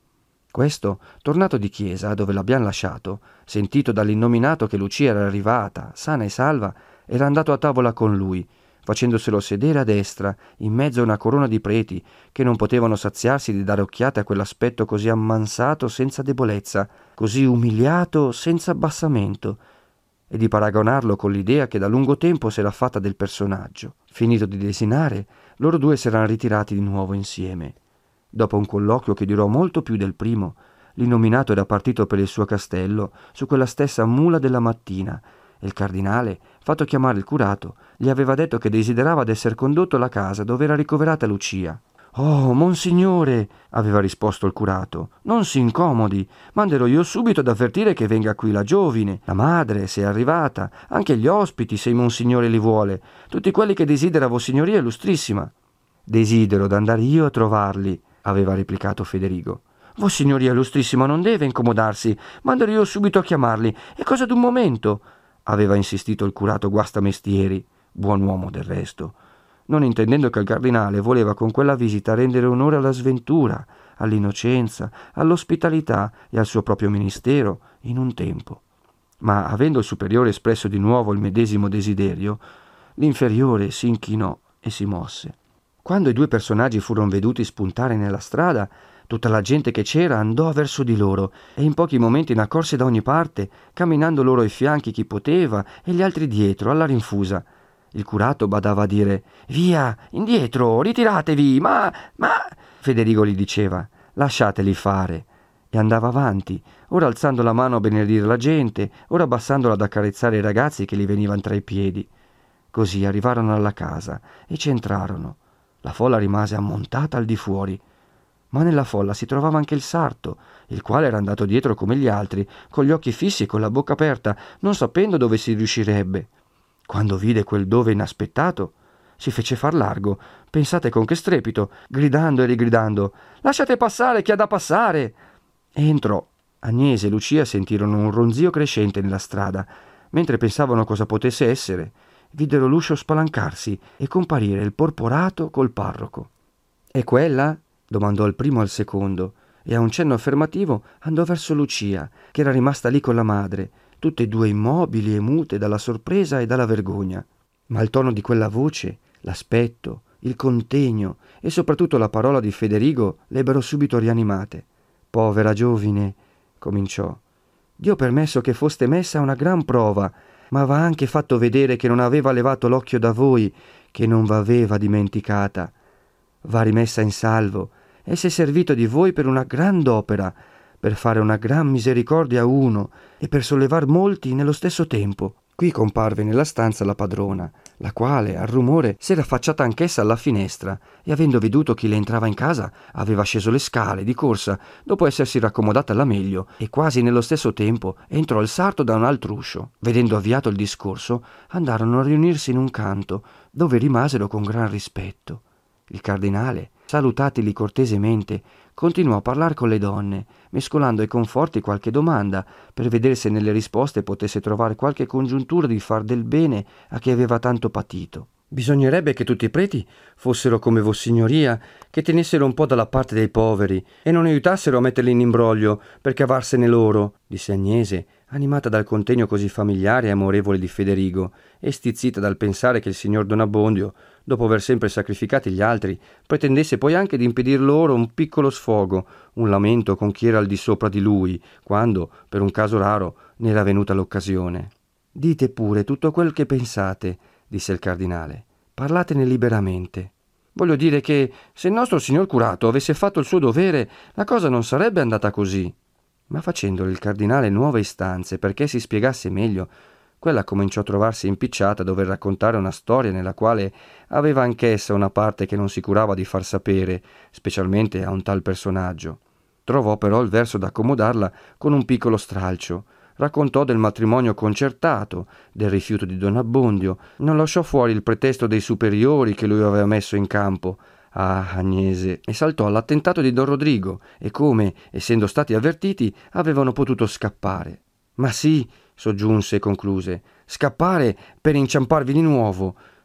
Questo, tornato di chiesa dove l'abbiamo lasciato, sentito dall'innominato che Lucia era arrivata, sana e salva, era andato a tavola con lui, facendoselo sedere a destra, in mezzo a una corona di preti, che non potevano saziarsi di dare occhiate a quell'aspetto così ammansato senza debolezza, così umiliato senza abbassamento, e di paragonarlo con l'idea che da lungo tempo s'era fatta del personaggio. Finito di desinare, loro due s'erano ritirati di nuovo insieme. Dopo un colloquio che durò molto più del primo, l'innominato era partito per il suo castello su quella stessa mula della mattina, e il cardinale, fatto chiamare il curato, gli aveva detto che desiderava d'esser condotto alla casa dove era ricoverata Lucia. «Oh, monsignore», aveva risposto il curato, «non si incomodi, manderò io subito ad avvertire che venga qui la giovine, la madre, se è arrivata, anche gli ospiti, se il monsignore li vuole, tutti quelli che desidera vossignoria illustrissima». «Desidero d'andare io a trovarli», aveva replicato Federigo. «Vossignoria illustrissima non deve incomodarsi, manderò io subito a chiamarli, è cosa d'un momento», aveva insistito il curato guastamestieri, buon uomo del resto, non intendendo che il cardinale voleva con quella visita rendere onore alla sventura, all'innocenza, all'ospitalità e al suo proprio ministero in un tempo. Ma avendo il superiore espresso di nuovo il medesimo desiderio, l'inferiore si inchinò e si mosse. Quando i due personaggi furono veduti spuntare nella strada, tutta la gente che c'era andò verso di loro e in pochi momenti ne accorse da ogni parte, camminando loro ai fianchi chi poteva e gli altri dietro, alla rinfusa. Il curato badava a dire «Via, indietro, ritiratevi, ma...» Federigo gli diceva «Lasciateli fare». E andava avanti, ora alzando la mano a benedire la gente, ora abbassandola ad accarezzare i ragazzi che gli venivano tra i piedi. Così arrivarono alla casa e ci entrarono. La folla rimase ammontata al di fuori. Ma nella folla si trovava anche il sarto, il quale era andato dietro come gli altri, con gli occhi fissi e con la bocca aperta, non sapendo dove si riuscirebbe. Quando vide quel dove inaspettato, si fece far largo, pensate con che strepito, gridando e rigridando «Lasciate passare, chi ha da passare!» E entrò. Agnese e Lucia sentirono un ronzio crescente nella strada, mentre pensavano cosa potesse essere. Videro l'uscio spalancarsi e comparire il porporato col parroco. «È quella?» domandò il primo al secondo, e a un cenno affermativo andò verso Lucia, che era rimasta lì con la madre, tutte e due immobili e mute dalla sorpresa e dalla vergogna. Ma il tono di quella voce, l'aspetto, il contegno e soprattutto la parola di Federigo l'ebbero subito rianimate. «Povera giovine», cominciò, «Dio ha permesso che foste messa a una gran prova, ma va anche fatto vedere che non aveva levato l'occhio da voi, che non v'aveva dimenticata. Va rimessa in salvo, e s'è servito di voi per una grand'opera, per fare una gran misericordia a uno e per sollevar molti nello stesso tempo». Qui comparve nella stanza la padrona, la quale, al rumore, s'era affacciata anch'essa alla finestra e, avendo veduto chi le entrava in casa, aveva sceso le scale di corsa, dopo essersi raccomodata alla meglio, e quasi nello stesso tempo entrò il sarto da un altro uscio. Vedendo avviato il discorso, andarono a riunirsi in un canto, dove rimasero con gran rispetto. Il cardinale, salutatili cortesemente, continuò a parlar con le donne, mescolando ai conforti qualche domanda, per vedere se nelle risposte potesse trovare qualche congiuntura di far del bene a chi aveva tanto patito. «Bisognerebbe che tutti i preti fossero come vossignoria, che tenessero un po' dalla parte dei poveri e non aiutassero a metterli in imbroglio per cavarsene loro», disse Agnese, animata dal contegno così familiare e amorevole di Federigo e stizzita dal pensare che il signor Don Abbondio, dopo aver sempre sacrificati gli altri, pretendesse poi anche di impedir loro un piccolo sfogo, un lamento con chi era al di sopra di lui, quando, per un caso raro, ne era venuta l'occasione. «Dite pure tutto quel che pensate», disse il cardinale. «Parlatene liberamente. Voglio dire che, se il nostro signor curato avesse fatto il suo dovere, la cosa non sarebbe andata così». Ma facendole il cardinale nuove istanze perché si spiegasse meglio, quella cominciò a trovarsi impicciata a dover raccontare una storia nella quale aveva anch'essa una parte che non si curava di far sapere, specialmente a un tal personaggio. Trovò però il verso da accomodarla con un piccolo stralcio. Raccontò del matrimonio concertato, del rifiuto di Don Abbondio, non lasciò fuori il pretesto dei superiori che lui aveva messo in campo. Ah, Agnese, e saltò all'attentato di Don Rodrigo e come, essendo stati avvertiti, avevano potuto scappare. «Ma sì», soggiunse e concluse, «scappare per inciamparvi di nuovo.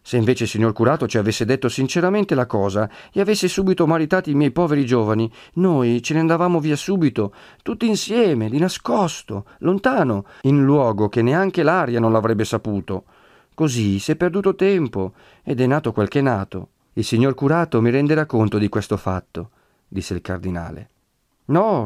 Se invece il signor curato ci avesse detto sinceramente la cosa e avesse subito maritati i miei poveri giovani, noi ce ne andavamo via subito, tutti insieme, di nascosto, lontano, in luogo che neanche l'aria non l'avrebbe saputo. Così si è perduto tempo ed è nato quel che è nato. Il signor curato mi renderà conto di questo fatto, disse il cardinale. No,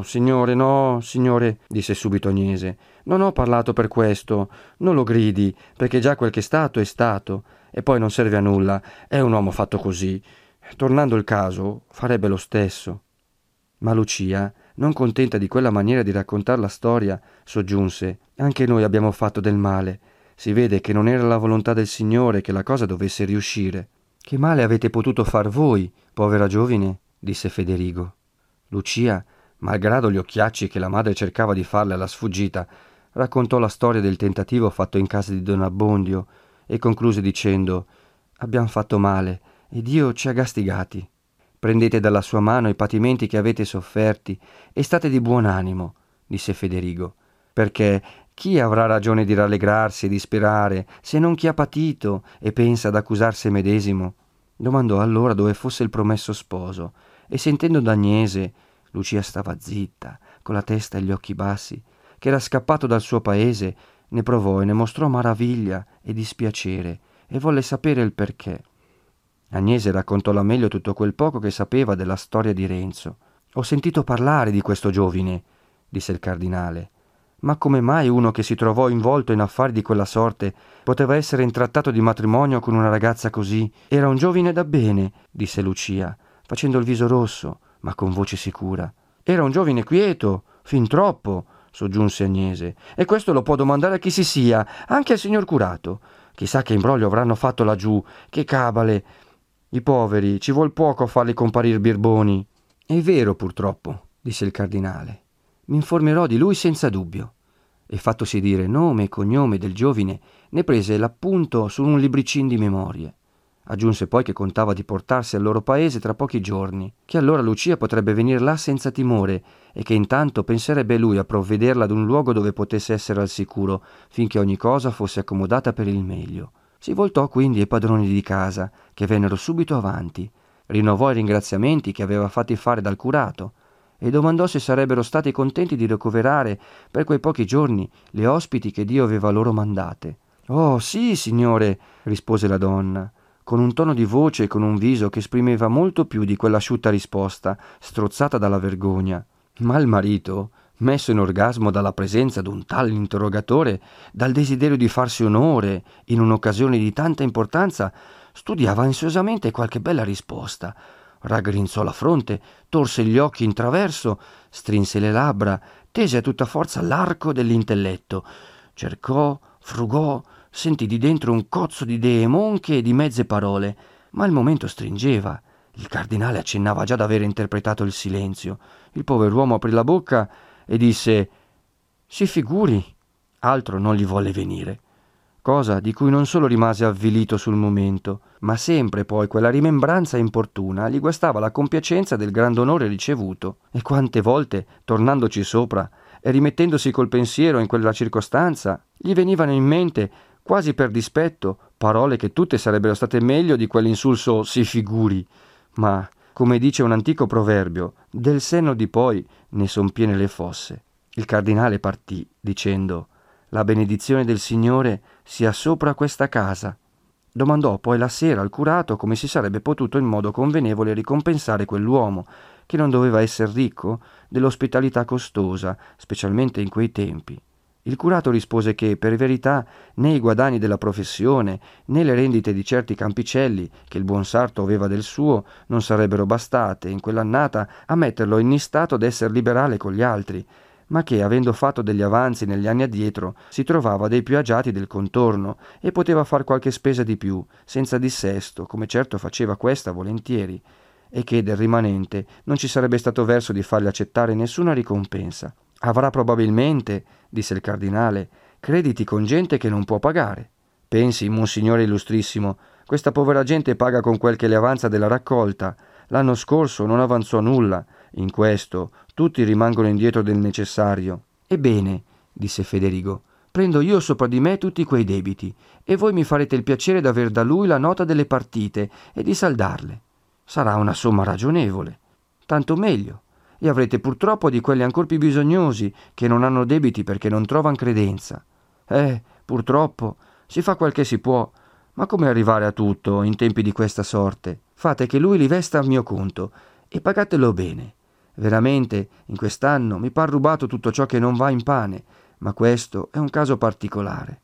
signore, disse subito Agnese. Non ho parlato per questo. Non lo gridi, perché già quel che è stato, e poi non serve a nulla. È un uomo fatto così. Tornando il caso, farebbe lo stesso. Ma Lucia, non contenta di quella maniera di raccontare la storia, soggiunse: anche noi abbiamo fatto del male. Si vede che non era la volontà del Signore che la cosa dovesse riuscire. Che male avete potuto far voi, povera giovine? Disse Federigo. Lucia, malgrado gli occhiacci che la madre cercava di farle alla sfuggita, raccontò la storia del tentativo fatto in casa di Don Abbondio e concluse dicendo: abbiamo fatto male e Dio ci ha castigati. Prendete dalla sua mano i patimenti che avete sofferti e state di buon animo, disse Federigo, perché chi avrà ragione di rallegrarsi e di sperare se non chi ha patito e pensa ad accusar se medesimo? Domandò allora dove fosse il promesso sposo e sentendo d'Agnese, Lucia stava zitta, con la testa e gli occhi bassi, che era scappato dal suo paese, ne provò e ne mostrò maraviglia e dispiacere e volle sapere il perché. Agnese raccontò la meglio tutto quel poco che sapeva della storia di Renzo. Ho sentito parlare di questo giovine, disse il cardinale. Ma come mai uno che si trovò involto in affari di quella sorte poteva essere in trattato di matrimonio con una ragazza così? Era un giovine da bene, disse Lucia, facendo il viso rosso, ma con voce sicura. Era un giovine quieto, fin troppo, soggiunse Agnese, e questo lo può domandare a chi si sia, anche al signor curato. Chissà che imbroglio avranno fatto laggiù, che cabale. I poveri, ci vuol poco a farli comparir birboni. È vero, purtroppo, disse il cardinale. Mi informerò di lui senza dubbio. E fattosi dire nome e cognome del giovine, ne prese l'appunto su un libricin di memorie. Aggiunse poi che contava di portarsi al loro paese tra pochi giorni, che allora Lucia potrebbe venir là senza timore e che intanto penserebbe lui a provvederla ad un luogo dove potesse essere al sicuro, finché ogni cosa fosse accomodata per il meglio. Si voltò quindi ai padroni di casa, che vennero subito avanti, rinnovò i ringraziamenti che aveva fatti fare dal curato e domandò se sarebbero stati contenti di ricoverare per quei pochi giorni le ospiti che Dio aveva loro mandate. «Oh, sì, signore», rispose la donna, con un tono di voce e con un viso che esprimeva molto più di quell'asciutta risposta, strozzata dalla vergogna. Ma il marito, messo in orgasmo dalla presenza d'un tal interrogatore, dal desiderio di farsi onore in un'occasione di tanta importanza, studiava ansiosamente qualche bella risposta. Raggrinzò la fronte, torse gli occhi in traverso, strinse le labbra, tese a tutta forza l'arco dell'intelletto, cercò, frugò, sentì di dentro un cozzo di idee monche e di mezze parole, ma il momento stringeva. Il cardinale accennava già d'aver interpretato il silenzio. Il pover'uomo aprì la bocca e disse: «Si figuri». Altro non gli volle venire, cosa di cui non solo rimase avvilito sul momento, ma sempre poi quella rimembranza importuna gli guastava la compiacenza del grand'onore ricevuto, e quante volte, tornandoci sopra e rimettendosi col pensiero in quella circostanza, gli venivano in mente, quasi per dispetto, parole che tutte sarebbero state meglio di quell'insulso «si figuri», ma, come dice un antico proverbio, del senno di poi ne son piene le fosse. Il cardinale partì, dicendo: «La benedizione del Signore sia sopra questa casa». Domandò poi la sera al curato come si sarebbe potuto in modo convenevole ricompensare quell'uomo, che non doveva essere ricco, dell'ospitalità costosa, specialmente in quei tempi. Il curato rispose che, per verità, né i guadagni della professione, né le rendite di certi campicelli, che il buon sarto aveva del suo, non sarebbero bastate, in quell'annata, a metterlo in stato d'esser liberale con gli altri, ma che, avendo fatto degli avanzi negli anni addietro, si trovava dei più agiati del contorno e poteva far qualche spesa di più, senza dissesto, come certo faceva questa volentieri, e che del rimanente non ci sarebbe stato verso di fargli accettare nessuna ricompensa. «Avrà probabilmente», disse il cardinale, «crediti con gente che non può pagare. Pensi, monsignore illustrissimo, questa povera gente paga con quel che le avanza della raccolta. L'anno scorso non avanzò nulla. In questo tutti rimangono indietro del necessario». «Ebbene», disse Federigo, prendo io sopra di me tutti quei debiti e voi mi farete il piacere d'aver da lui la nota delle partite e di saldarle. Sarà una somma ragionevole, tanto meglio, e avrete purtroppo di quelli ancor più bisognosi che non hanno debiti perché non trovan credenza. Purtroppo, si fa quel che si può, ma come arrivare a tutto in tempi di questa sorte? Fate che lui li vesta a mio conto e pagatelo bene. Veramente, in quest'anno mi par rubato tutto ciò che non va in pane, ma questo è un caso particolare.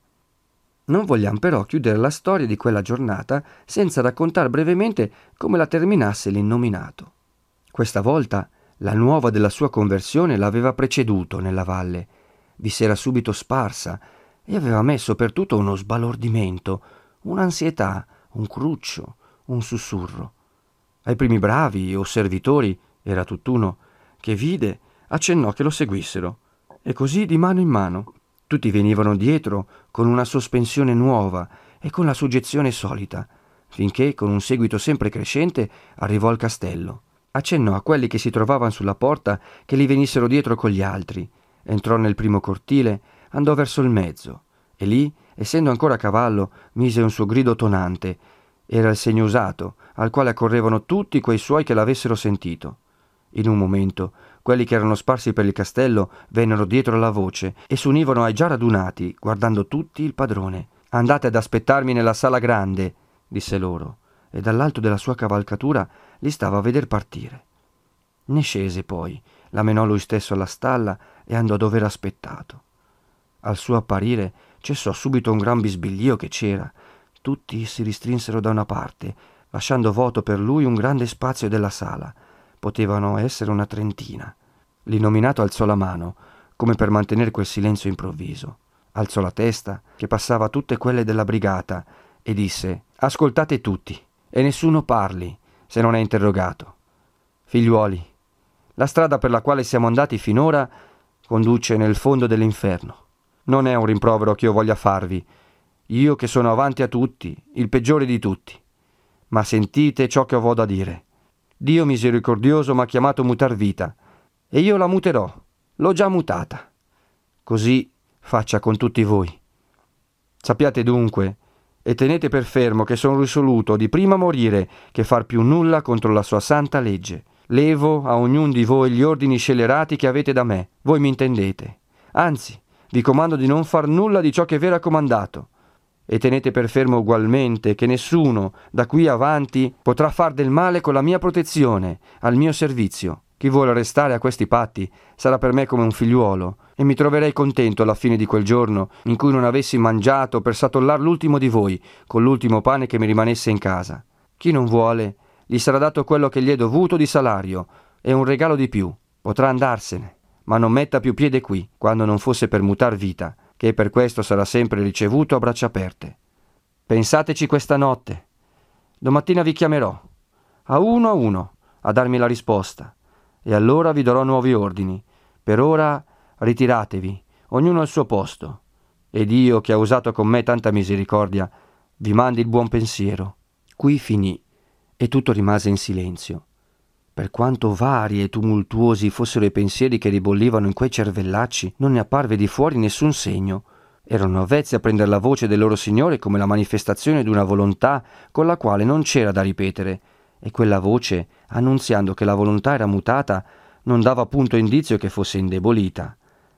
Non vogliamo però chiudere la storia di quella giornata senza raccontare brevemente come la terminasse l'innominato. Questa volta la nuova della sua conversione l'aveva preceduto nella valle, vi s'era subito sparsa e aveva messo per tutto uno sbalordimento, un'ansietà, un cruccio, un sussurro. Ai primi bravi o servitori, era tutt'uno, che vide, accennò che lo seguissero, e così di mano in mano. Tutti venivano dietro con una sospensione nuova e con la suggezione solita, finché, con un seguito sempre crescente, arrivò al castello. Accennò a quelli che si trovavano sulla porta che gli venissero dietro con gli altri. Entrò nel primo cortile, andò verso il mezzo, e lì, essendo ancora a cavallo, mise un suo grido tonante. Era il segno usato, al quale accorrevano tutti quei suoi che l'avessero sentito. In un momento, quelli che erano sparsi per il castello vennero dietro alla voce e s'univano ai già radunati, guardando tutti il padrone. «Andate ad aspettarmi nella sala grande», disse loro, e dall'alto della sua cavalcatura li stava a veder partire. Ne scese poi, la menò lui stesso alla stalla e andò dove era aspettato. Al suo apparire cessò subito un gran bisbiglio che c'era. Tutti si ristrinsero da una parte, lasciando vuoto per lui un grande spazio della sala. Potevano essere una trentina. L'innominato alzò la mano, come per mantenere quel silenzio improvviso. Alzò la testa, che passava tutte quelle della brigata, e disse: «Ascoltate tutti, e nessuno parli, se non è interrogato. Figliuoli, la strada per la quale siamo andati finora conduce nel fondo dell'inferno. Non è un rimprovero che io voglia farvi, io che sono avanti a tutti, il peggiore di tutti. Ma sentite ciò che ho da dire. Dio misericordioso m'ha chiamato a mutar vita, e io la muterò, l'ho già mutata. Così faccia con tutti voi. Sappiate dunque, e tenete per fermo che sono risoluto di prima morire che far più nulla contro la sua santa legge. Levo a ognun di voi gli ordini scellerati che avete da me, voi mi intendete. Anzi, vi comando di non far nulla di ciò che v'era comandato. E tenete per fermo ugualmente che nessuno da qui avanti potrà far del male con la mia protezione, al mio servizio. Chi vuole restare a questi patti sarà per me come un figliuolo, e mi troverei contento alla fine di quel giorno in cui non avessi mangiato per satollar l'ultimo di voi con l'ultimo pane che mi rimanesse in casa. Chi non vuole, gli sarà dato quello che gli è dovuto di salario e un regalo di più. Potrà andarsene, ma non metta più piede qui, quando non fosse per mutar vita, che per questo sarà sempre ricevuto a braccia aperte. Pensateci questa notte. Domattina vi chiamerò, a uno, a darmi la risposta, e allora vi darò nuovi ordini. Per ora ritiratevi, ognuno al suo posto, ed io, che ha usato con me tanta misericordia, vi mandi il buon pensiero». Qui finì, e tutto rimase in silenzio. Per quanto vari e tumultuosi fossero i pensieri che ribollivano in quei cervellacci, non ne apparve di fuori nessun segno. Erano avvezzi a prendere la voce del loro Signore come la manifestazione di una volontà con la quale non c'era da ripetere, e quella voce, annunziando che la volontà era mutata, non dava punto indizio che fosse indebolita.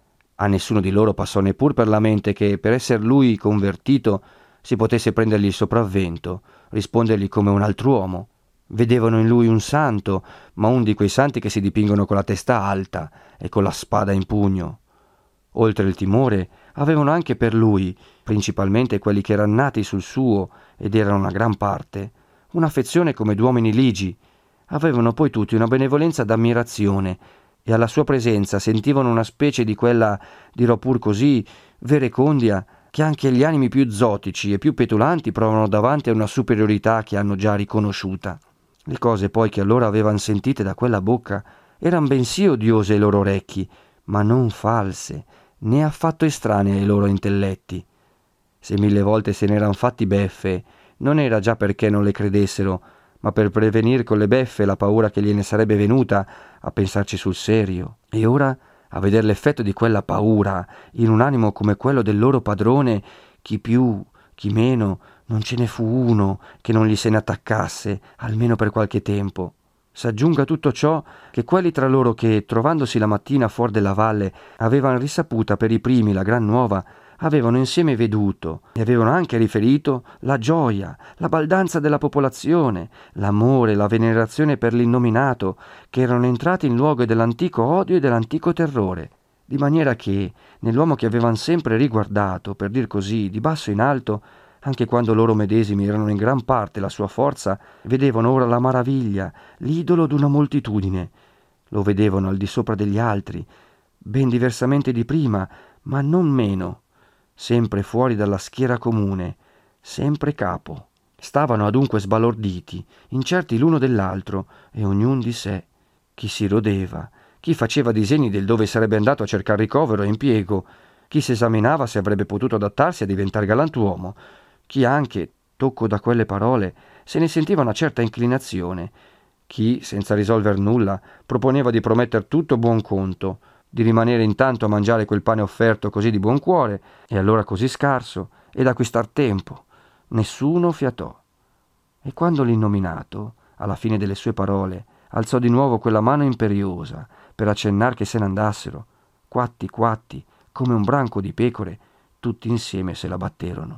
A nessuno di loro passò neppur per la mente che, per esser lui convertito, si potesse prendergli il sopravvento, rispondergli come un altr'uomo. Vedevano in lui un santo, ma un di quei santi che si dipingono con la testa alta e con la spada in pugno. Oltre il timore, avevano anche per lui, principalmente quelli che erano nati sul suo, ed erano una gran parte, un'affezione come d'uomini ligi. Avevano poi tutti una benevolenza d'ammirazione, e alla sua presenza sentivano una specie di quella, dirò pur così, verecondia, che anche gli animi più zotici e più petulanti provano davanti a una superiorità che hanno già riconosciuta. Le cose poi che allora avevan sentite da quella bocca eran bensì odiose ai loro orecchi, ma non false, né affatto estranee ai loro intelletti. Se 1000 volte se n'eran fatti beffe, non era già perché non le credessero, ma per prevenir con le beffe la paura che gliene sarebbe venuta a pensarci sul serio. E ora a veder l'effetto di quella paura in un animo come quello del loro padrone, chi più, chi meno, non ce ne fu uno che non gli se ne attaccasse, almeno per qualche tempo. S'aggiunga tutto ciò che quelli tra loro che, trovandosi la mattina fuor della valle, avevano risaputa per i primi la gran nuova, avevano insieme veduto e avevano anche riferito la gioia, la baldanza della popolazione, l'amore, la venerazione per l'innominato, che erano entrati in luogo dell'antico odio e dell'antico terrore, di maniera che, nell'uomo che avevan sempre riguardato, per dir così, di basso in alto, anche quando loro medesimi erano in gran parte la sua forza, vedevano ora la maraviglia, l'idolo d'una moltitudine. Lo vedevano al di sopra degli altri, ben diversamente di prima, ma non meno, sempre fuori dalla schiera comune, sempre capo. Stavano adunque sbalorditi, incerti l'uno dell'altro, e ognun di sé. Chi si rodeva, chi faceva disegni del dove sarebbe andato a cercar ricovero e impiego, chi si esaminava se avrebbe potuto adattarsi a diventare galantuomo, chi anche, tocco da quelle parole, se ne sentiva una certa inclinazione, chi, senza risolver nulla, proponeva di prometter tutto buon conto, di rimanere intanto a mangiare quel pane offerto così di buon cuore, e allora così scarso, ed acquistar tempo. Nessuno fiatò. E quando l'innominato, alla fine delle sue parole, alzò di nuovo quella mano imperiosa per accennar che se ne andassero, quatti, come un branco di pecore, tutti insieme se la batterono.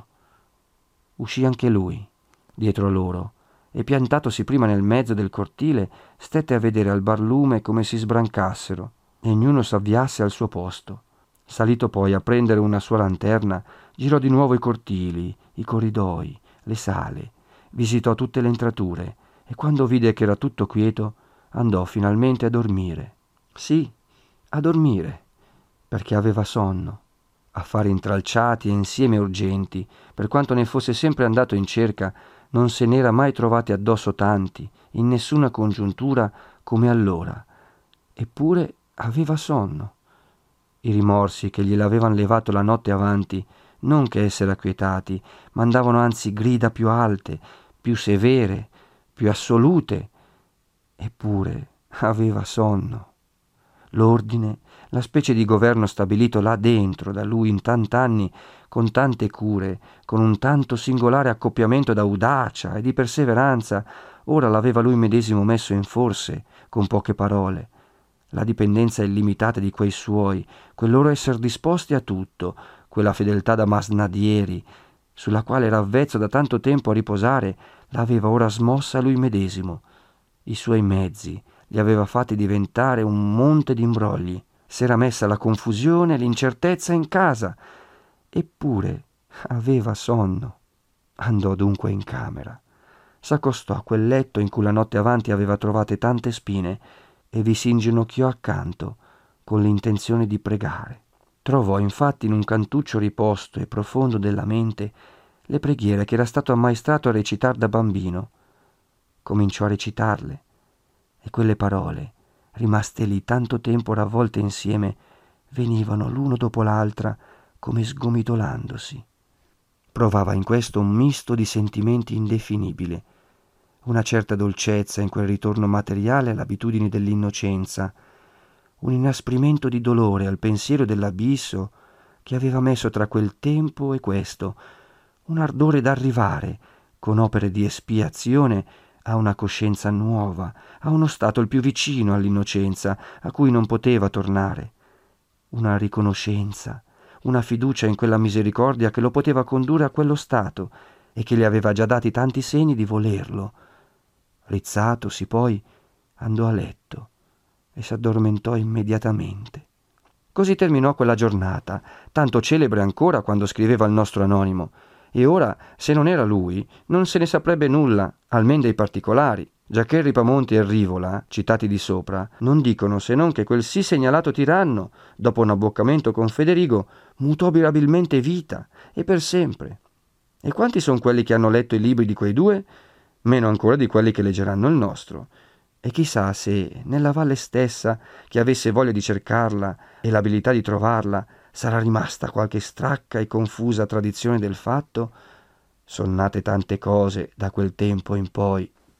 Uscì anche lui, dietro loro, e piantatosi prima nel mezzo del cortile, stette a vedere al barlume come si sbrancassero, e ognuno s'avviasse al suo posto. Salito poi a prendere una sua lanterna, girò di nuovo i cortili, i corridoi, le sale, visitò tutte le entrature, e quando vide che era tutto quieto, andò finalmente a dormire. Sì, a dormire, perché aveva sonno. Affari intralciati e insieme urgenti, per quanto ne fosse sempre andato in cerca, non se n'era mai trovati addosso tanti, in nessuna congiuntura, come allora. Eppure aveva sonno. I rimorsi che gliel'avevan levato la notte avanti, non che essere acquietati, mandavano anzi grida più alte, più severe, più assolute. Eppure aveva sonno. L'ordine, la specie di governo stabilito là dentro da lui in tant'anni, con tante cure, con un tanto singolare accoppiamento d'audacia e di perseveranza, ora l'aveva lui medesimo messo in forse, con poche parole. La dipendenza illimitata di quei suoi, quel loro esser disposti a tutto, quella fedeltà da masnadieri, sulla quale era avvezzo da tanto tempo a riposare, l'aveva ora smossa lui medesimo. I suoi mezzi li aveva fatti diventare un monte d'imbrogli. S'era messa la confusione e l'incertezza in casa. Eppure aveva sonno. Andò dunque in camera. S'accostò a quel letto in cui la notte avanti aveva trovate tante spine e vi si inginocchiò accanto con l'intenzione di pregare. Trovò infatti in un cantuccio riposto e profondo della mente le preghiere che era stato ammaestrato a recitar da bambino. Cominciò a recitarle, e quelle parole, rimaste lì tanto tempo ravvolte insieme, venivano l'uno dopo l'altra come sgomitolandosi. Provava in questo un misto di sentimenti indefinibile, una certa dolcezza in quel ritorno materiale alle abitudini dell'innocenza, un inasprimento di dolore al pensiero dell'abisso che aveva messo tra quel tempo e questo, un ardore d'arrivare, con opere di espiazione, a una coscienza nuova, a uno stato il più vicino all'innocenza, a cui non poteva tornare, una riconoscenza, una fiducia in quella misericordia che lo poteva condurre a quello stato e che gli aveva già dati tanti segni di volerlo. Rizzatosi poi andò a letto e s'addormentò immediatamente. Così terminò quella giornata, tanto celebre ancora quando scriveva il nostro anonimo, e ora, se non era lui, non se ne saprebbe nulla, almen dei particolari, giacché Ripamonti e Rivola, citati di sopra, non dicono se non che quel sì segnalato tiranno, dopo un abboccamento con Federigo, mutò mirabilmente vita, e per sempre. E quanti sono quelli che hanno letto i libri di quei due? Meno ancora di quelli che leggeranno il nostro. E chissà se, nella valle stessa, chi avesse voglia di cercarla e l'abilità di trovarla, sarà rimasta qualche stracca e confusa tradizione del fatto? Son nate tante cose da quel tempo in poi